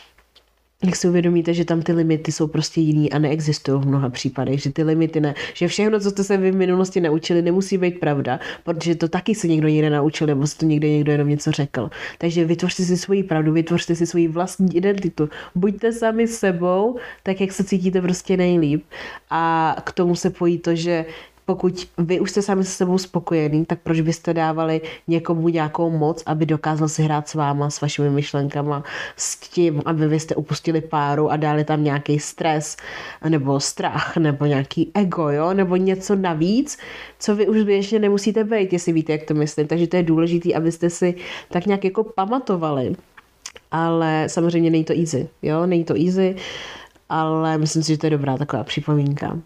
jak si uvědomíte, že tam ty limity jsou prostě jiný a neexistují v mnoha případech, že ty limity ne, že všechno, co jste se vy v minulosti naučili, nemusí být pravda, protože to taky se někdo někde naučil, nebo se to někde někdo jenom něco řekl. Takže vytvořte si svoji pravdu, vytvořte si svoji vlastní identitu. Buďte sami sebou, tak jak se cítíte prostě nejlíp. A k tomu se pojí to, že pokud vy už jste sami se sebou spokojení, tak proč byste dávali někomu nějakou moc, aby dokázal si hrát s váma, s vašimi myšlenkama, s tím, aby vy jste upustili páru a dali tam nějaký stres, nebo strach, nebo nějaký ego, jo? Nebo něco navíc, co vy už běžně nemusíte být, jestli víte, jak to myslím. Takže to je důležité, abyste si tak nějak jako pamatovali. Ale samozřejmě není to easy, jo? Není to easy, ale myslím si, že to je dobrá taková připomínka.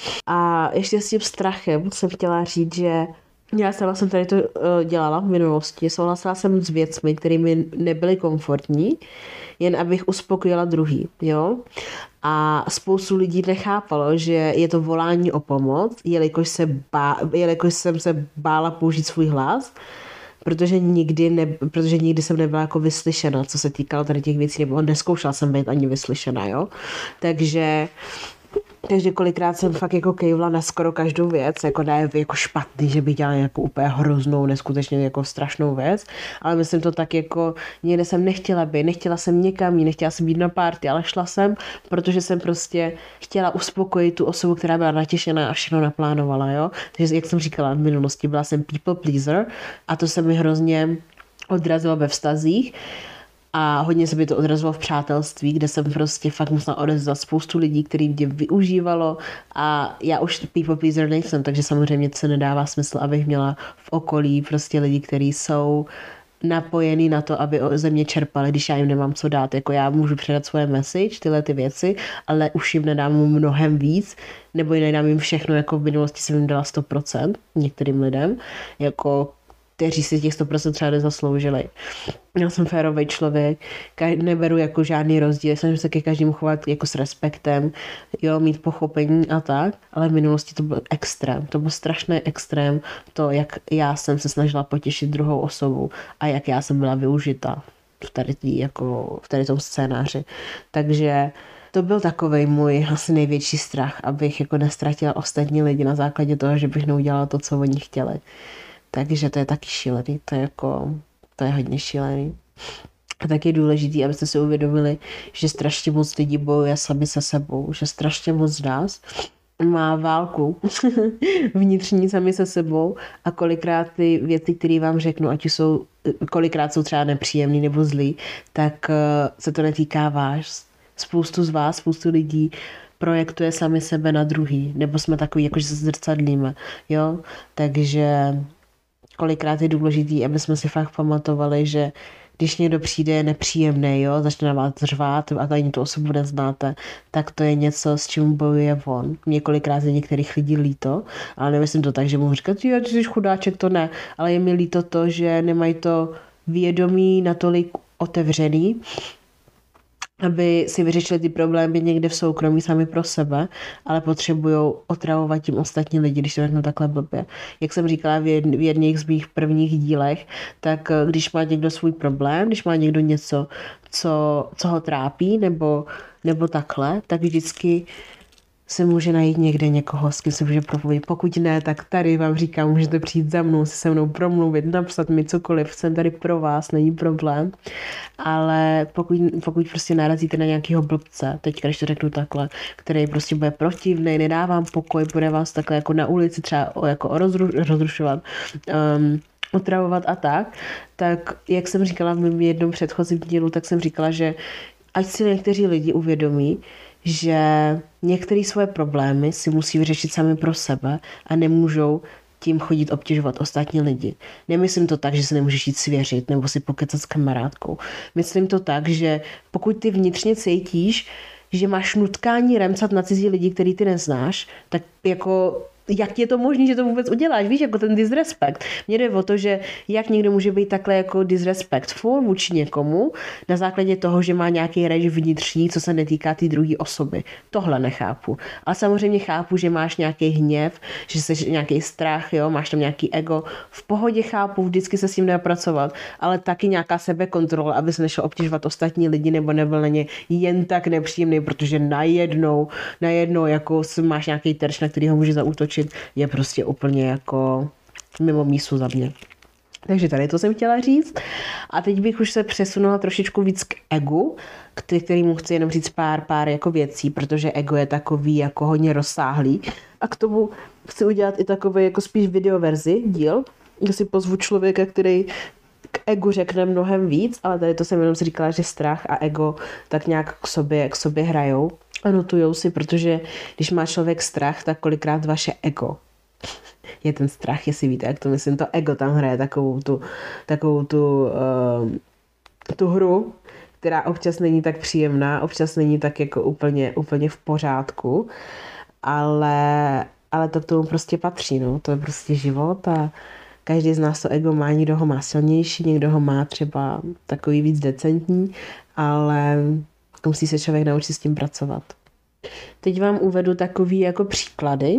A ještě s tím strachem jsem chtěla říct, že já sama jsem tady to dělala v minulosti. Souhlasila jsem s věcmi, které mi nebyly komfortní, jen abych uspokojila druhý. Jo? A spoustu lidí nechápalo, že je to volání o pomoc, jelikož, se bá, jelikož jsem se bála použít svůj hlas, protože nikdy, ne, protože nikdy jsem nebyla jako vyslyšena, co se týkalo tady těch věcí, nebo neskoušela jsem být ani vyslyšena, jo. Takže Takže kolikrát jsem fakt jako kejvla na skoro každou věc, jako ne jako špatný, že bych dělala jako úplně hroznou, neskutečně jako strašnou věc, ale myslím to tak jako, někde jsem nechtěla být, nechtěla jsem někam, nechtěla jsem být na party, ale šla jsem, protože jsem prostě chtěla uspokojit tu osobu, která byla natěšená a všechno naplánovala, jo. Takže jak jsem říkala v minulosti, byla jsem people pleaser a to se mi hrozně odrazilo ve vztazích. A hodně se by to odrazilo v přátelství, kde jsem prostě fakt musela odezvat spoustu lidí, který mě využívalo a já už people pleaser nejsem, takže samozřejmě to se nedává smysl, abych měla v okolí prostě lidi, kteří jsou napojený na to, aby ze mě čerpali, když já jim nemám co dát. Jako já můžu předat svoje message, tyhle ty věci, ale už jim nedám mnohem víc, nebo jim nedám jim všechno, jako v minulosti jsem jim dala sto procent některým lidem, jako kteří si těch sto procent třeba nezasloužili. Já jsem férový člověk, neberu jako žádný rozdíl, snažím se ke každému chovat jako s respektem, jo, mít pochopení a tak, ale v minulosti to byl extrém, to byl strašný extrém, to, jak já jsem se snažila potěšit druhou osobu a jak já jsem byla využita v tady, tý, jako, v tady tom scénáři. Takže to byl takovej můj asi největší strach, abych jako nestratila ostatní lidi na základě toho, že bych neudělala to, co oni chtěli. Takže to je taky šílený, to je jako, to je hodně šílený. A tak je důležité, abyste si uvědomili, že strašně moc lidí bojuje sami se sebou, že strašně moc z nás má válku vnitřní sami se sebou a kolikrát ty věci, které vám řeknu, ať jsou, kolikrát jsou třeba nepříjemný nebo zlý, tak se to netýká vás. Spoustu z vás, spoustu lidí projektuje sami sebe na druhý, nebo jsme takový, jakože se zrcadlíme, jo, takže kolikrát je důležitý, aby jsme si fakt pamatovali, že když někdo přijde je nepříjemný, jo, začne na vás řvát a ani tu osobu neznáte, tak to je něco, s čím bojuje on. Několikrát je některých lidí líto, ale nemyslím to tak, že mu říkat, že ty jsi chudáček, to ne, ale je mi líto to, že nemají to vědomí natolik otevřený, aby si vyřešili ty problémy někde v soukromí sami pro sebe, ale potřebují otravovat tím ostatní lidi, když to řeknu takhle blbě. Jak jsem říkala v jedných z mých prvních dílech, tak když má někdo svůj problém, když má někdo něco, co, co ho trápí, nebo, nebo takhle, tak vždycky se může najít někde někoho, s kým se může promluvit. Pokud ne, tak tady vám říkám, můžete přijít za mnou, si se mnou promluvit, napsat mi cokoliv, jsem tady pro vás, není problém. Ale pokud, pokud prostě narazíte na nějakého blbce, teď když to řeknu takhle, který prostě bude protivnej, nedávám pokoj, bude vás takhle jako na ulici třeba jako rozruš, rozrušovat, um, otravovat a tak, tak jak jsem říkala v mém jednom předchozím dílu, tak jsem říkala, že ať si někteří lidi uvědomí, že některé svoje problémy si musí vyřešit sami pro sebe a nemůžou tím chodit obtěžovat ostatní lidi. Nemyslím to tak, že se nemůžeš jít svěřit nebo si pokecat s kamarádkou. Myslím to tak, že pokud ty vnitřně cítíš, že máš nutkání remcat na cizí lidi, který ty neznáš, tak jako jak je to možné, že to vůbec uděláš, víš, jako ten disrespekt. Mně jde o to, že jak někdo může být takhle jako disrespectful vůči někomu na základě toho, že má nějaký reč vnitřní, co se netýká té druhé osoby. Tohle nechápu. Ale samozřejmě chápu, že máš nějaký hněv, že jsi nějaký strach, jo, máš tam nějaký ego. V pohodě chápu, vždycky se s tím dá pracovat, ale taky nějaká sebekontrola, aby se nešlo obtěžovat ostatní lidi nebo nebyl na ně jen tak nepříjemný, protože najednou, najednou jako máš nějaký terč, na který ho může zaútočit, je prostě úplně jako mimo mísu za mě. Takže tady to jsem chtěla říct. A teď bych už se přesunula trošičku víc k egu, kterému chci jenom říct pár, pár jako věcí, protože ego je takový jako hodně rozsáhlý. A k tomu chci udělat i takový jako spíš videoverzi díl, kde si pozvu člověka, který k egu řekne mnohem víc, ale tady to jsem jenom si říkala, že strach a ego tak nějak k sobě, k sobě hrajou. A notujou si, protože když má člověk strach, tak kolikrát vaše ego je ten strach, jestli víte, jak to myslím, to ego tam hraje takovou tu, takovou tu, uh, tu hru, která občas není tak příjemná, občas není tak jako úplně, úplně v pořádku, ale, ale to k tomu prostě patří, no, to je prostě život a každý z nás to ego má, někdo ho má silnější, někdo ho má třeba takový víc decentní, ale musí se člověk naučit s tím pracovat. Teď vám uvedu takový jako příklady,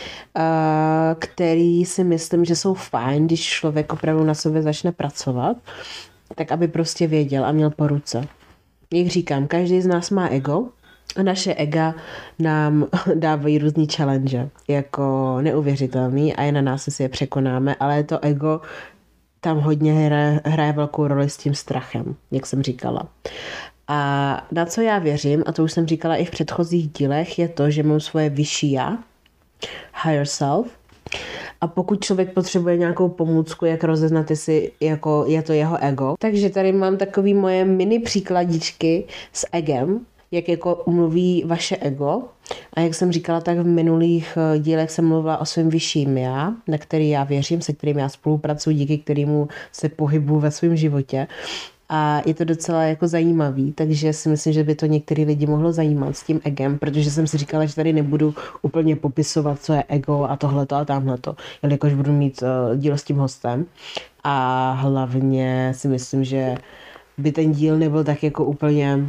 který si myslím, že jsou fajn, když člověk opravdu na sobě začne pracovat, tak aby prostě věděl a měl po ruce. Jak říkám, každý z nás má ego a naše ega nám dávají různý challenge, jako neuvěřitelný a je na nás, jestli je překonáme, ale to ego tam hodně hraje, hraje velkou roli s tím strachem, jak jsem říkala. A na co já věřím, a to už jsem říkala i v předchozích dílech, je to, že mám svoje vyšší já, higher self, a pokud člověk potřebuje nějakou pomůcku, jak rozeznat, jestli jako je to jeho ego. Takže tady mám takový moje mini příkladičky s egem, jak jako mluví vaše ego. A jak jsem říkala, tak v minulých dílech jsem mluvila o svém vyšším já, na který já věřím, se kterým já spolupracuji, díky kterému se pohybuji ve svém životě. A je to docela jako zajímavý, takže si myslím, že by to některý lidi mohlo zajímat s tím egem, protože jsem si říkala, že tady nebudu úplně popisovat, co je ego a tohleto a tamhleto, jelikož budu mít uh, díl s tím hostem. A hlavně si myslím, že by ten díl nebyl tak jako úplně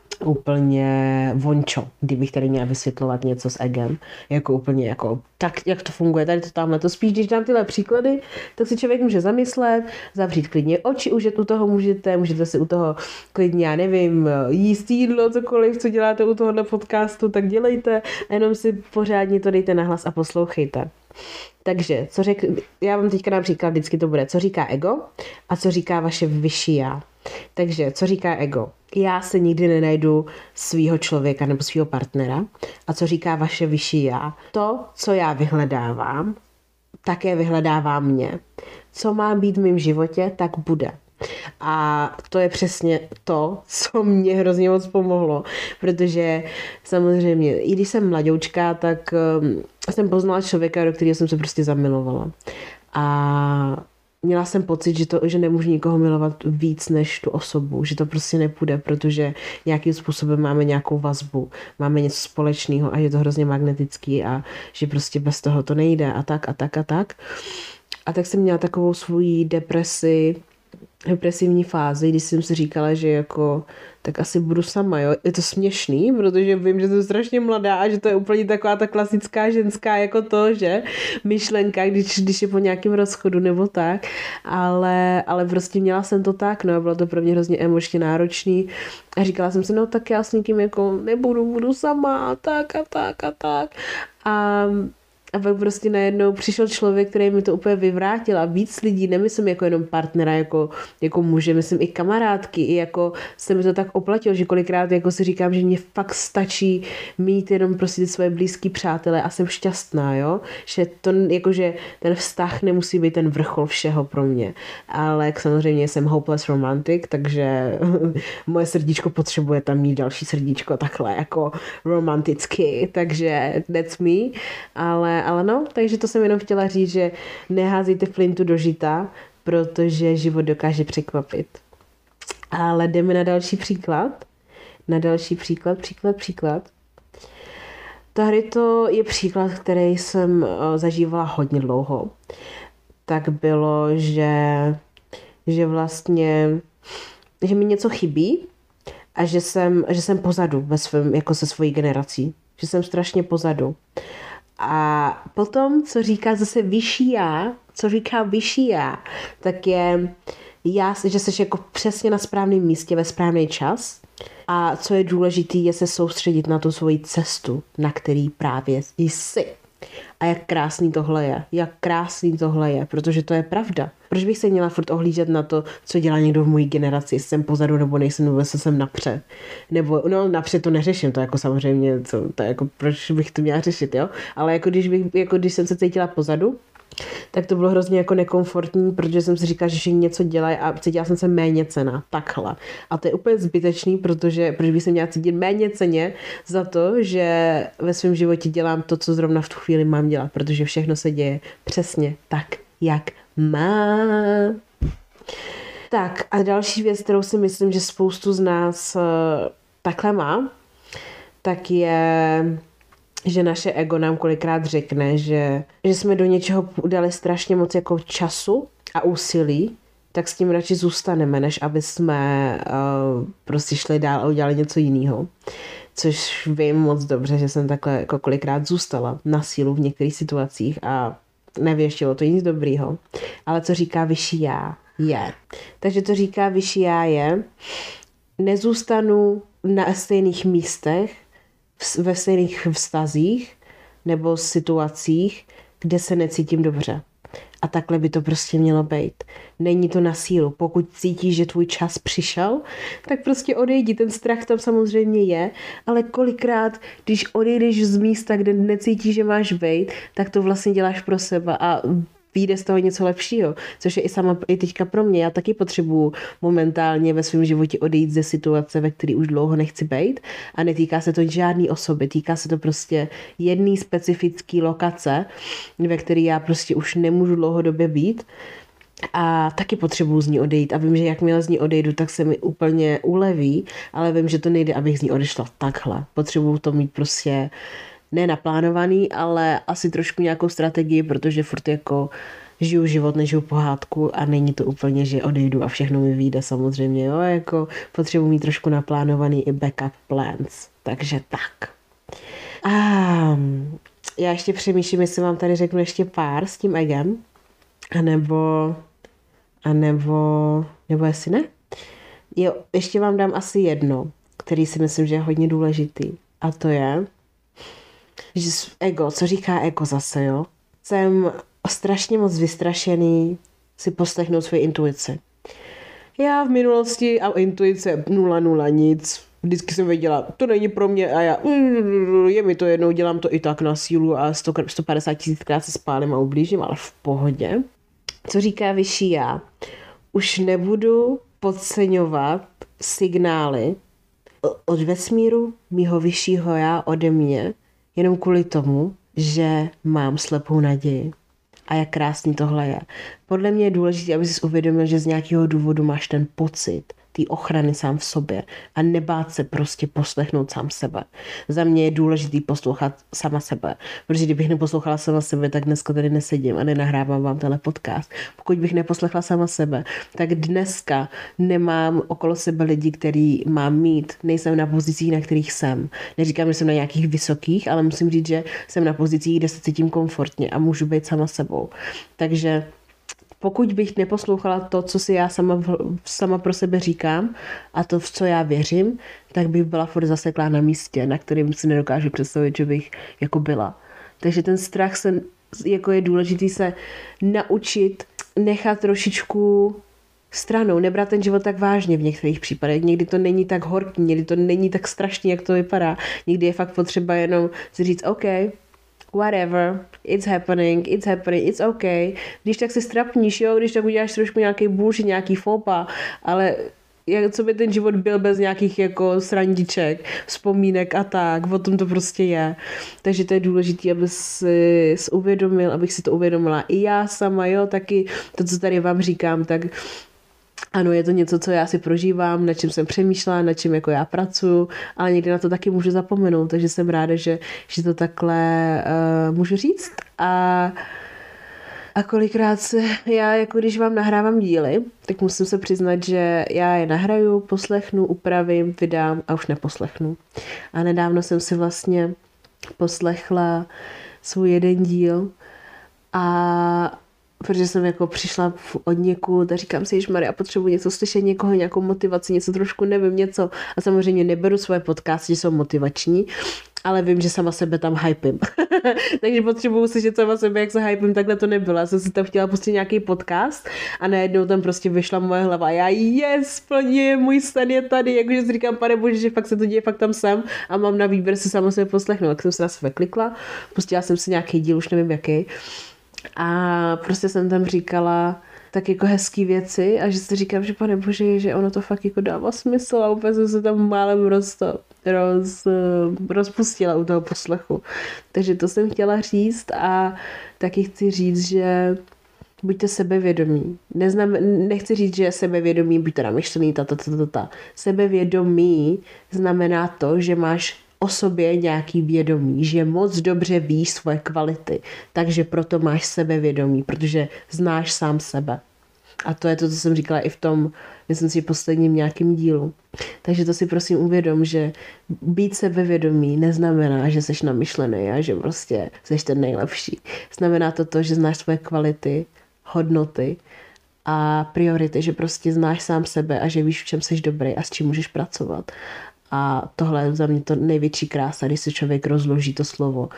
úplně vončo, kdybych tady měla vysvětlovat něco s egem, jako úplně jako tak, jak to funguje, tady to tamhle, to spíš, když dám tyhle příklady, tak si člověk může zamyslet, zavřít klidně oči, už u toho můžete, můžete si u toho klidně, já nevím, jíst jídlo, cokoliv, co děláte u tohohle podcastu, tak dělejte, a jenom si pořádně to dejte nahlas a poslouchejte. Takže, co řek, já vám teďka například vždycky to bude, co říká ego a co říká vaše vyšší já. Takže, co říká ego? Já se nikdy nenajdu svýho člověka nebo svýho partnera. A co říká vaše vyšší já? To, co já vyhledávám, také vyhledává mě. Co má být v mém životě, tak bude. A to je přesně to, co mě hrozně moc pomohlo, protože samozřejmě, i když jsem mladoučka, tak um, jsem poznala člověka, do kterého jsem se prostě zamilovala. A měla jsem pocit, že, to, že nemůžu nikoho milovat víc než tu osobu, že to prostě nepůjde, protože nějakým způsobem máme nějakou vazbu, máme něco společného a je to hrozně magnetický a že prostě bez toho to nejde a tak a tak a tak. A tak jsem měla takovou svoji depresi, depresivní fázi, když jsem si říkala, že jako tak asi budu sama, jo. Je to směšný, protože vím, že jsem strašně mladá a že to je úplně taková ta klasická ženská jako to, že myšlenka, když, když je po nějakém rozchodu nebo tak, ale, ale prostě měla jsem to tak, no a bylo to pro mě hrozně emočně náročný a říkala jsem si, no tak já s někým jako nebudu, budu sama a tak a tak a tak a A pak prostě najednou přišel člověk, který mi to úplně vyvrátil a víc lidí, nemyslím jako jenom partnera, jako, jako muže, myslím i kamarádky, i jako se mi to tak oplatilo, že kolikrát jako si říkám, že mě fakt stačí mít jenom prostě ty svoje blízký přátelé a jsem šťastná, jo, že to jakože ten vztah nemusí být ten vrchol všeho pro mě, ale samozřejmě jsem hopeless romantic, takže moje srdíčko potřebuje tam mít další srdíčko takhle jako romanticky, takže that's me, ale Ale no, takže to jsem jenom chtěla říct, že neházejte flintu do žita, protože život dokáže překvapit. Ale jdeme na další příklad. Na další příklad, příklad, příklad. Tady to je příklad, který jsem zažívala hodně dlouho. Tak bylo, že, že vlastně, že mi něco chybí a že jsem, že jsem pozadu ve svém, jako se svojí generací. Že jsem strašně pozadu. A potom, co říká zase vyšší já, co říká vyšší já, tak je, já, že jsi jako přesně na správném místě ve správný čas. A co je důležité, je se soustředit na tu svoji cestu, na který právě jsi. A jak krásný tohle je, jak krásný tohle je, protože to je pravda. Proč bych se měla furt ohlížet na to, co dělá někdo v mojí generaci, jestli jsem pozadu nebo nejsem, nebo jestli jsem napřed. Nebo, no napřed to neřeším, to jako samozřejmě, to, to jako, proč bych to měla řešit, jo? Ale jako když, bych, jako když jsem se cítila pozadu, tak to bylo hrozně jako nekomfortní, protože jsem si říkala, že všichni něco dělají a cítila jsem se méně cenná, takhle. A to je úplně zbytečný, protože proč bych se měla cítit méně ceně za to, že ve svém životě dělám to, co zrovna v tu chvíli mám dělat, protože všechno se děje přesně tak, jak má. Tak a další věc, kterou si myslím, že spoustu z nás uh, takhle má, tak je, že naše ego nám kolikrát řekne, že, že jsme do něčeho dali strašně moc jako času a úsilí, tak s tím radši zůstaneme, než aby jsme uh, prostě šli dál a udělali něco jiného. Což vím moc dobře, že jsem takhle jako kolikrát zůstala na sílu v některých situacích a nevěštilo to nic dobrýho. Ale co říká vyšší já je. Takže to říká vyšší já je, nezůstanu na stejných místech, ve stejných vztazích nebo situacích, kde se necítím dobře. A takhle by to prostě mělo být. Není to na sílu. Pokud cítíš, že tvůj čas přišel, tak prostě odejdi. Ten strach tam samozřejmě je, ale kolikrát, když odejdeš z místa, kde necítíš, že máš být, tak to vlastně děláš pro sebe a vyjde z toho něco lepšího, což je i sama i teďka pro mě. Já taky potřebuju momentálně ve svém životě odejít ze situace, ve které už dlouho nechci být a netýká se to žádný osoby, týká se to prostě jedné specifické lokace, ve které já prostě už nemůžu dlouhodobě být a taky potřebuju z ní odejít a vím, že jakmile z ní odejdu, tak se mi úplně uleví, ale vím, že to nejde, abych z ní odešla takhle. Potřebuju to mít prostě ne naplánovaný, ale asi trošku nějakou strategii, protože furt jako žiju život, nežiju pohádku a není to úplně, že odejdu a všechno mi vyjde samozřejmě, jo, jako potřebuji mít trošku naplánovaný i backup plans, takže tak. A já ještě přemýšlím, jestli vám tady řeknu ještě pár s tím egem, anebo, anebo, nebo jestli ne. Jo, ještě vám dám asi jedno, který si myslím, že je hodně důležitý a to je, že ego, co říká ego zase, jo? Jsem strašně moc vystrašený si poslechnout svoji intuici. Já v minulosti a intuice nula nula nic. Vždycky jsem věděla, to není pro mě a já, je mi to jednou, dělám to i tak na sílu a sto, sto padesát tisíckrát se spálím a ublížím, ale v pohodě. Co říká vyšší já? Už nebudu podceňovat signály od vesmíru, mýho vyššího já, ode mě, jenom kvůli tomu, že mám slepou naději. A jak krásný tohle je. Podle mě je důležité, aby si uvědomil, že z nějakého důvodu máš ten pocit té ochrany sám v sobě a nebát se prostě poslechnout sám sebe. Za mě je důležitý poslouchat sama sebe, protože kdybych neposlouchala sama sebe, tak dneska tady nesedím a nenahrávám vám tenhle podcast. Pokud bych neposlechla sama sebe, tak dneska nemám okolo sebe lidi, který mám mít, nejsem na pozicích, na kterých jsem. Neříkám, že jsem na nějakých vysokých, ale musím říct, že jsem na pozicích, kde se cítím komfortně a můžu být sama sebou. Takže pokud bych neposlouchala to, co si já sama, sama pro sebe říkám a to, v co já věřím, tak bych byla furt zaseklá na místě, na kterým si nedokážu představit, že bych jako byla. Takže ten strach se, jako je důležitý se naučit nechat trošičku stranou, nebrat ten život tak vážně v některých případech. Někdy to není tak horký, někdy to není tak strašný, jak to vypadá. Někdy je fakt potřeba jenom si říct, OK, whatever, it's happening, it's happening, it's okay. Když tak se strapníš, jo, když tak uděláš trošku nějaký bullshit, nějaký fópa, ale jak, co by ten život byl bez nějakých jako srandiček, vzpomínek a tak, o tom to prostě je. Takže to je důležité, aby si uvědomil, abych si to uvědomila i já sama, jo, taky to, co tady vám říkám, tak ano, je to něco, co já si prožívám, na čem jsem přemýšlela, na čem jako já pracuji, ale někdy na to taky můžu zapomenout, takže jsem ráda, že, že to takhle uh, můžu říct. A, a kolikrát se, já, jako když vám nahrávám díly, tak musím se přiznat, že já je nahraju, poslechnu, upravím, vydám a už neposlechnu. A nedávno jsem si vlastně poslechla svůj jeden díl a protože jsem jako přišla od někud a říkám si, ježmarja, já potřebuji něco slyšet, někoho, nějakou motivaci, něco trošku, nevím, něco. A samozřejmě neberu svoje podcasty, že jsou motivační, ale vím, že sama sebe tam hypím. Takže potřebuji slyšet sama sebe, jak se hypím, takhle to nebylo. Já jsem si tam chtěla pustit nějaký podcast a najednou tam prostě vyšla moje hlava. A já, yes, plně, můj sen je tady. Jakože si říkám, pane bože, že fakt se to děje, fakt tam jsem a mám na výběr si sama sebe poslechnout. Tak jsem se na sebe klikla, pustila jsem si nějaký díl, už nevím jaký. A prostě jsem tam říkala tak jako hezký věci a že si říkám, že pane bože, že ono to fakt jako dává smysl a úplně jsem se tam málem roz, roz, rozpustila u toho poslechu. Takže to jsem chtěla říct a taky chci říct, že buďte sebevědomí. Neznam, nechci říct, že sebevědomí, buďte namyšlený, ta, ta, ta, ta, ta. Sebevědomí znamená to, že máš o sobě nějaký vědomí, že moc dobře víš svoje kvality, takže proto máš sebevědomí, protože znáš sám sebe. A to je to, co jsem říkala i v tom, myslím si, posledním nějakým dílu. Takže to si prosím uvědom, že být sebevědomý neznamená, že jsi namyšlený a že prostě jsi ten nejlepší. Znamená to to, že znáš svoje kvality, hodnoty a priority, že prostě znáš sám sebe a že víš, v čem jsi dobrý a s čím můžeš pracovat. A tohle je za mě to největší krása, když se člověk rozloží to slovo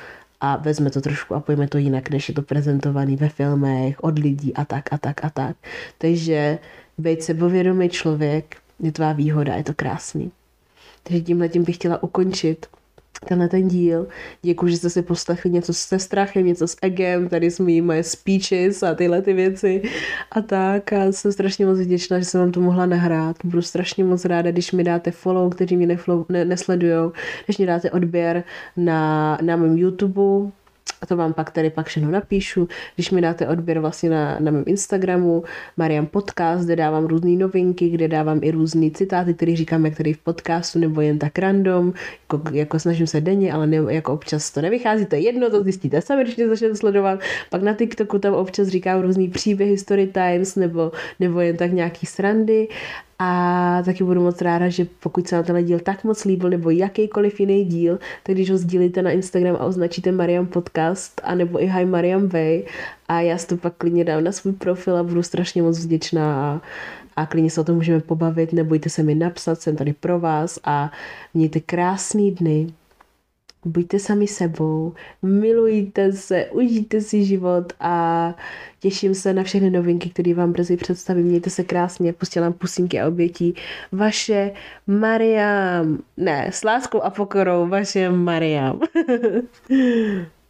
a vezme to trošku a pojme to jinak, než je to prezentovaný ve filmech, od lidí a tak a tak a tak. Takže být sebevědomý člověk je tvá výhoda, je to krásný. Takže tímhletím bych chtěla ukončit tenhle ten díl. Děkuji, že jste si poslechli něco se strachem, něco s egem, tady jsme jí moje speeches a tyhle ty věci a tak. A jsem strašně moc vděčná, že jsem vám to mohla nahrát. Budu strašně moc ráda, když mi dáte follow, kteří mě neflow, ne, nesledujou, když mi dáte odběr na, na mém YouTube. A to vám pak tady pak všechno napíšu, když mi dáte odběr vlastně na, na mém Instagramu, Mariam Podcast, kde dávám různé novinky, kde dávám i různé citáty, které říkám jak tady v podcastu, nebo jen tak random, jako, jako snažím se denně, ale ne, jako občas to nevychází, to je jedno, to zjistíte sami, když mě začnete sledovat. Pak na TikToku tam občas říkám různý příběhy, story times, nebo, nebo jen tak nějaký srandy. A taky budu moc ráda, že pokud se na tenhle díl tak moc líbil, nebo jakýkoliv jiný díl, tak když ho sdílíte na Instagram a označíte Mariam Podcast, anebo i Hi Mariam Way, a já si to pak klidně dám na svůj profil a budu strašně moc vděčná a, a klidně se o tom můžeme pobavit, nebojte se mi napsat, jsem tady pro vás a mějte krásný dny. Buďte sami sebou, milujte se, užijte si život a těším se na všechny novinky, které vám brzy představím. Mějte se krásně, posílám pusinky a obětí. Vaše Mariam, ne, s láskou a pokorou, vaše Mariam.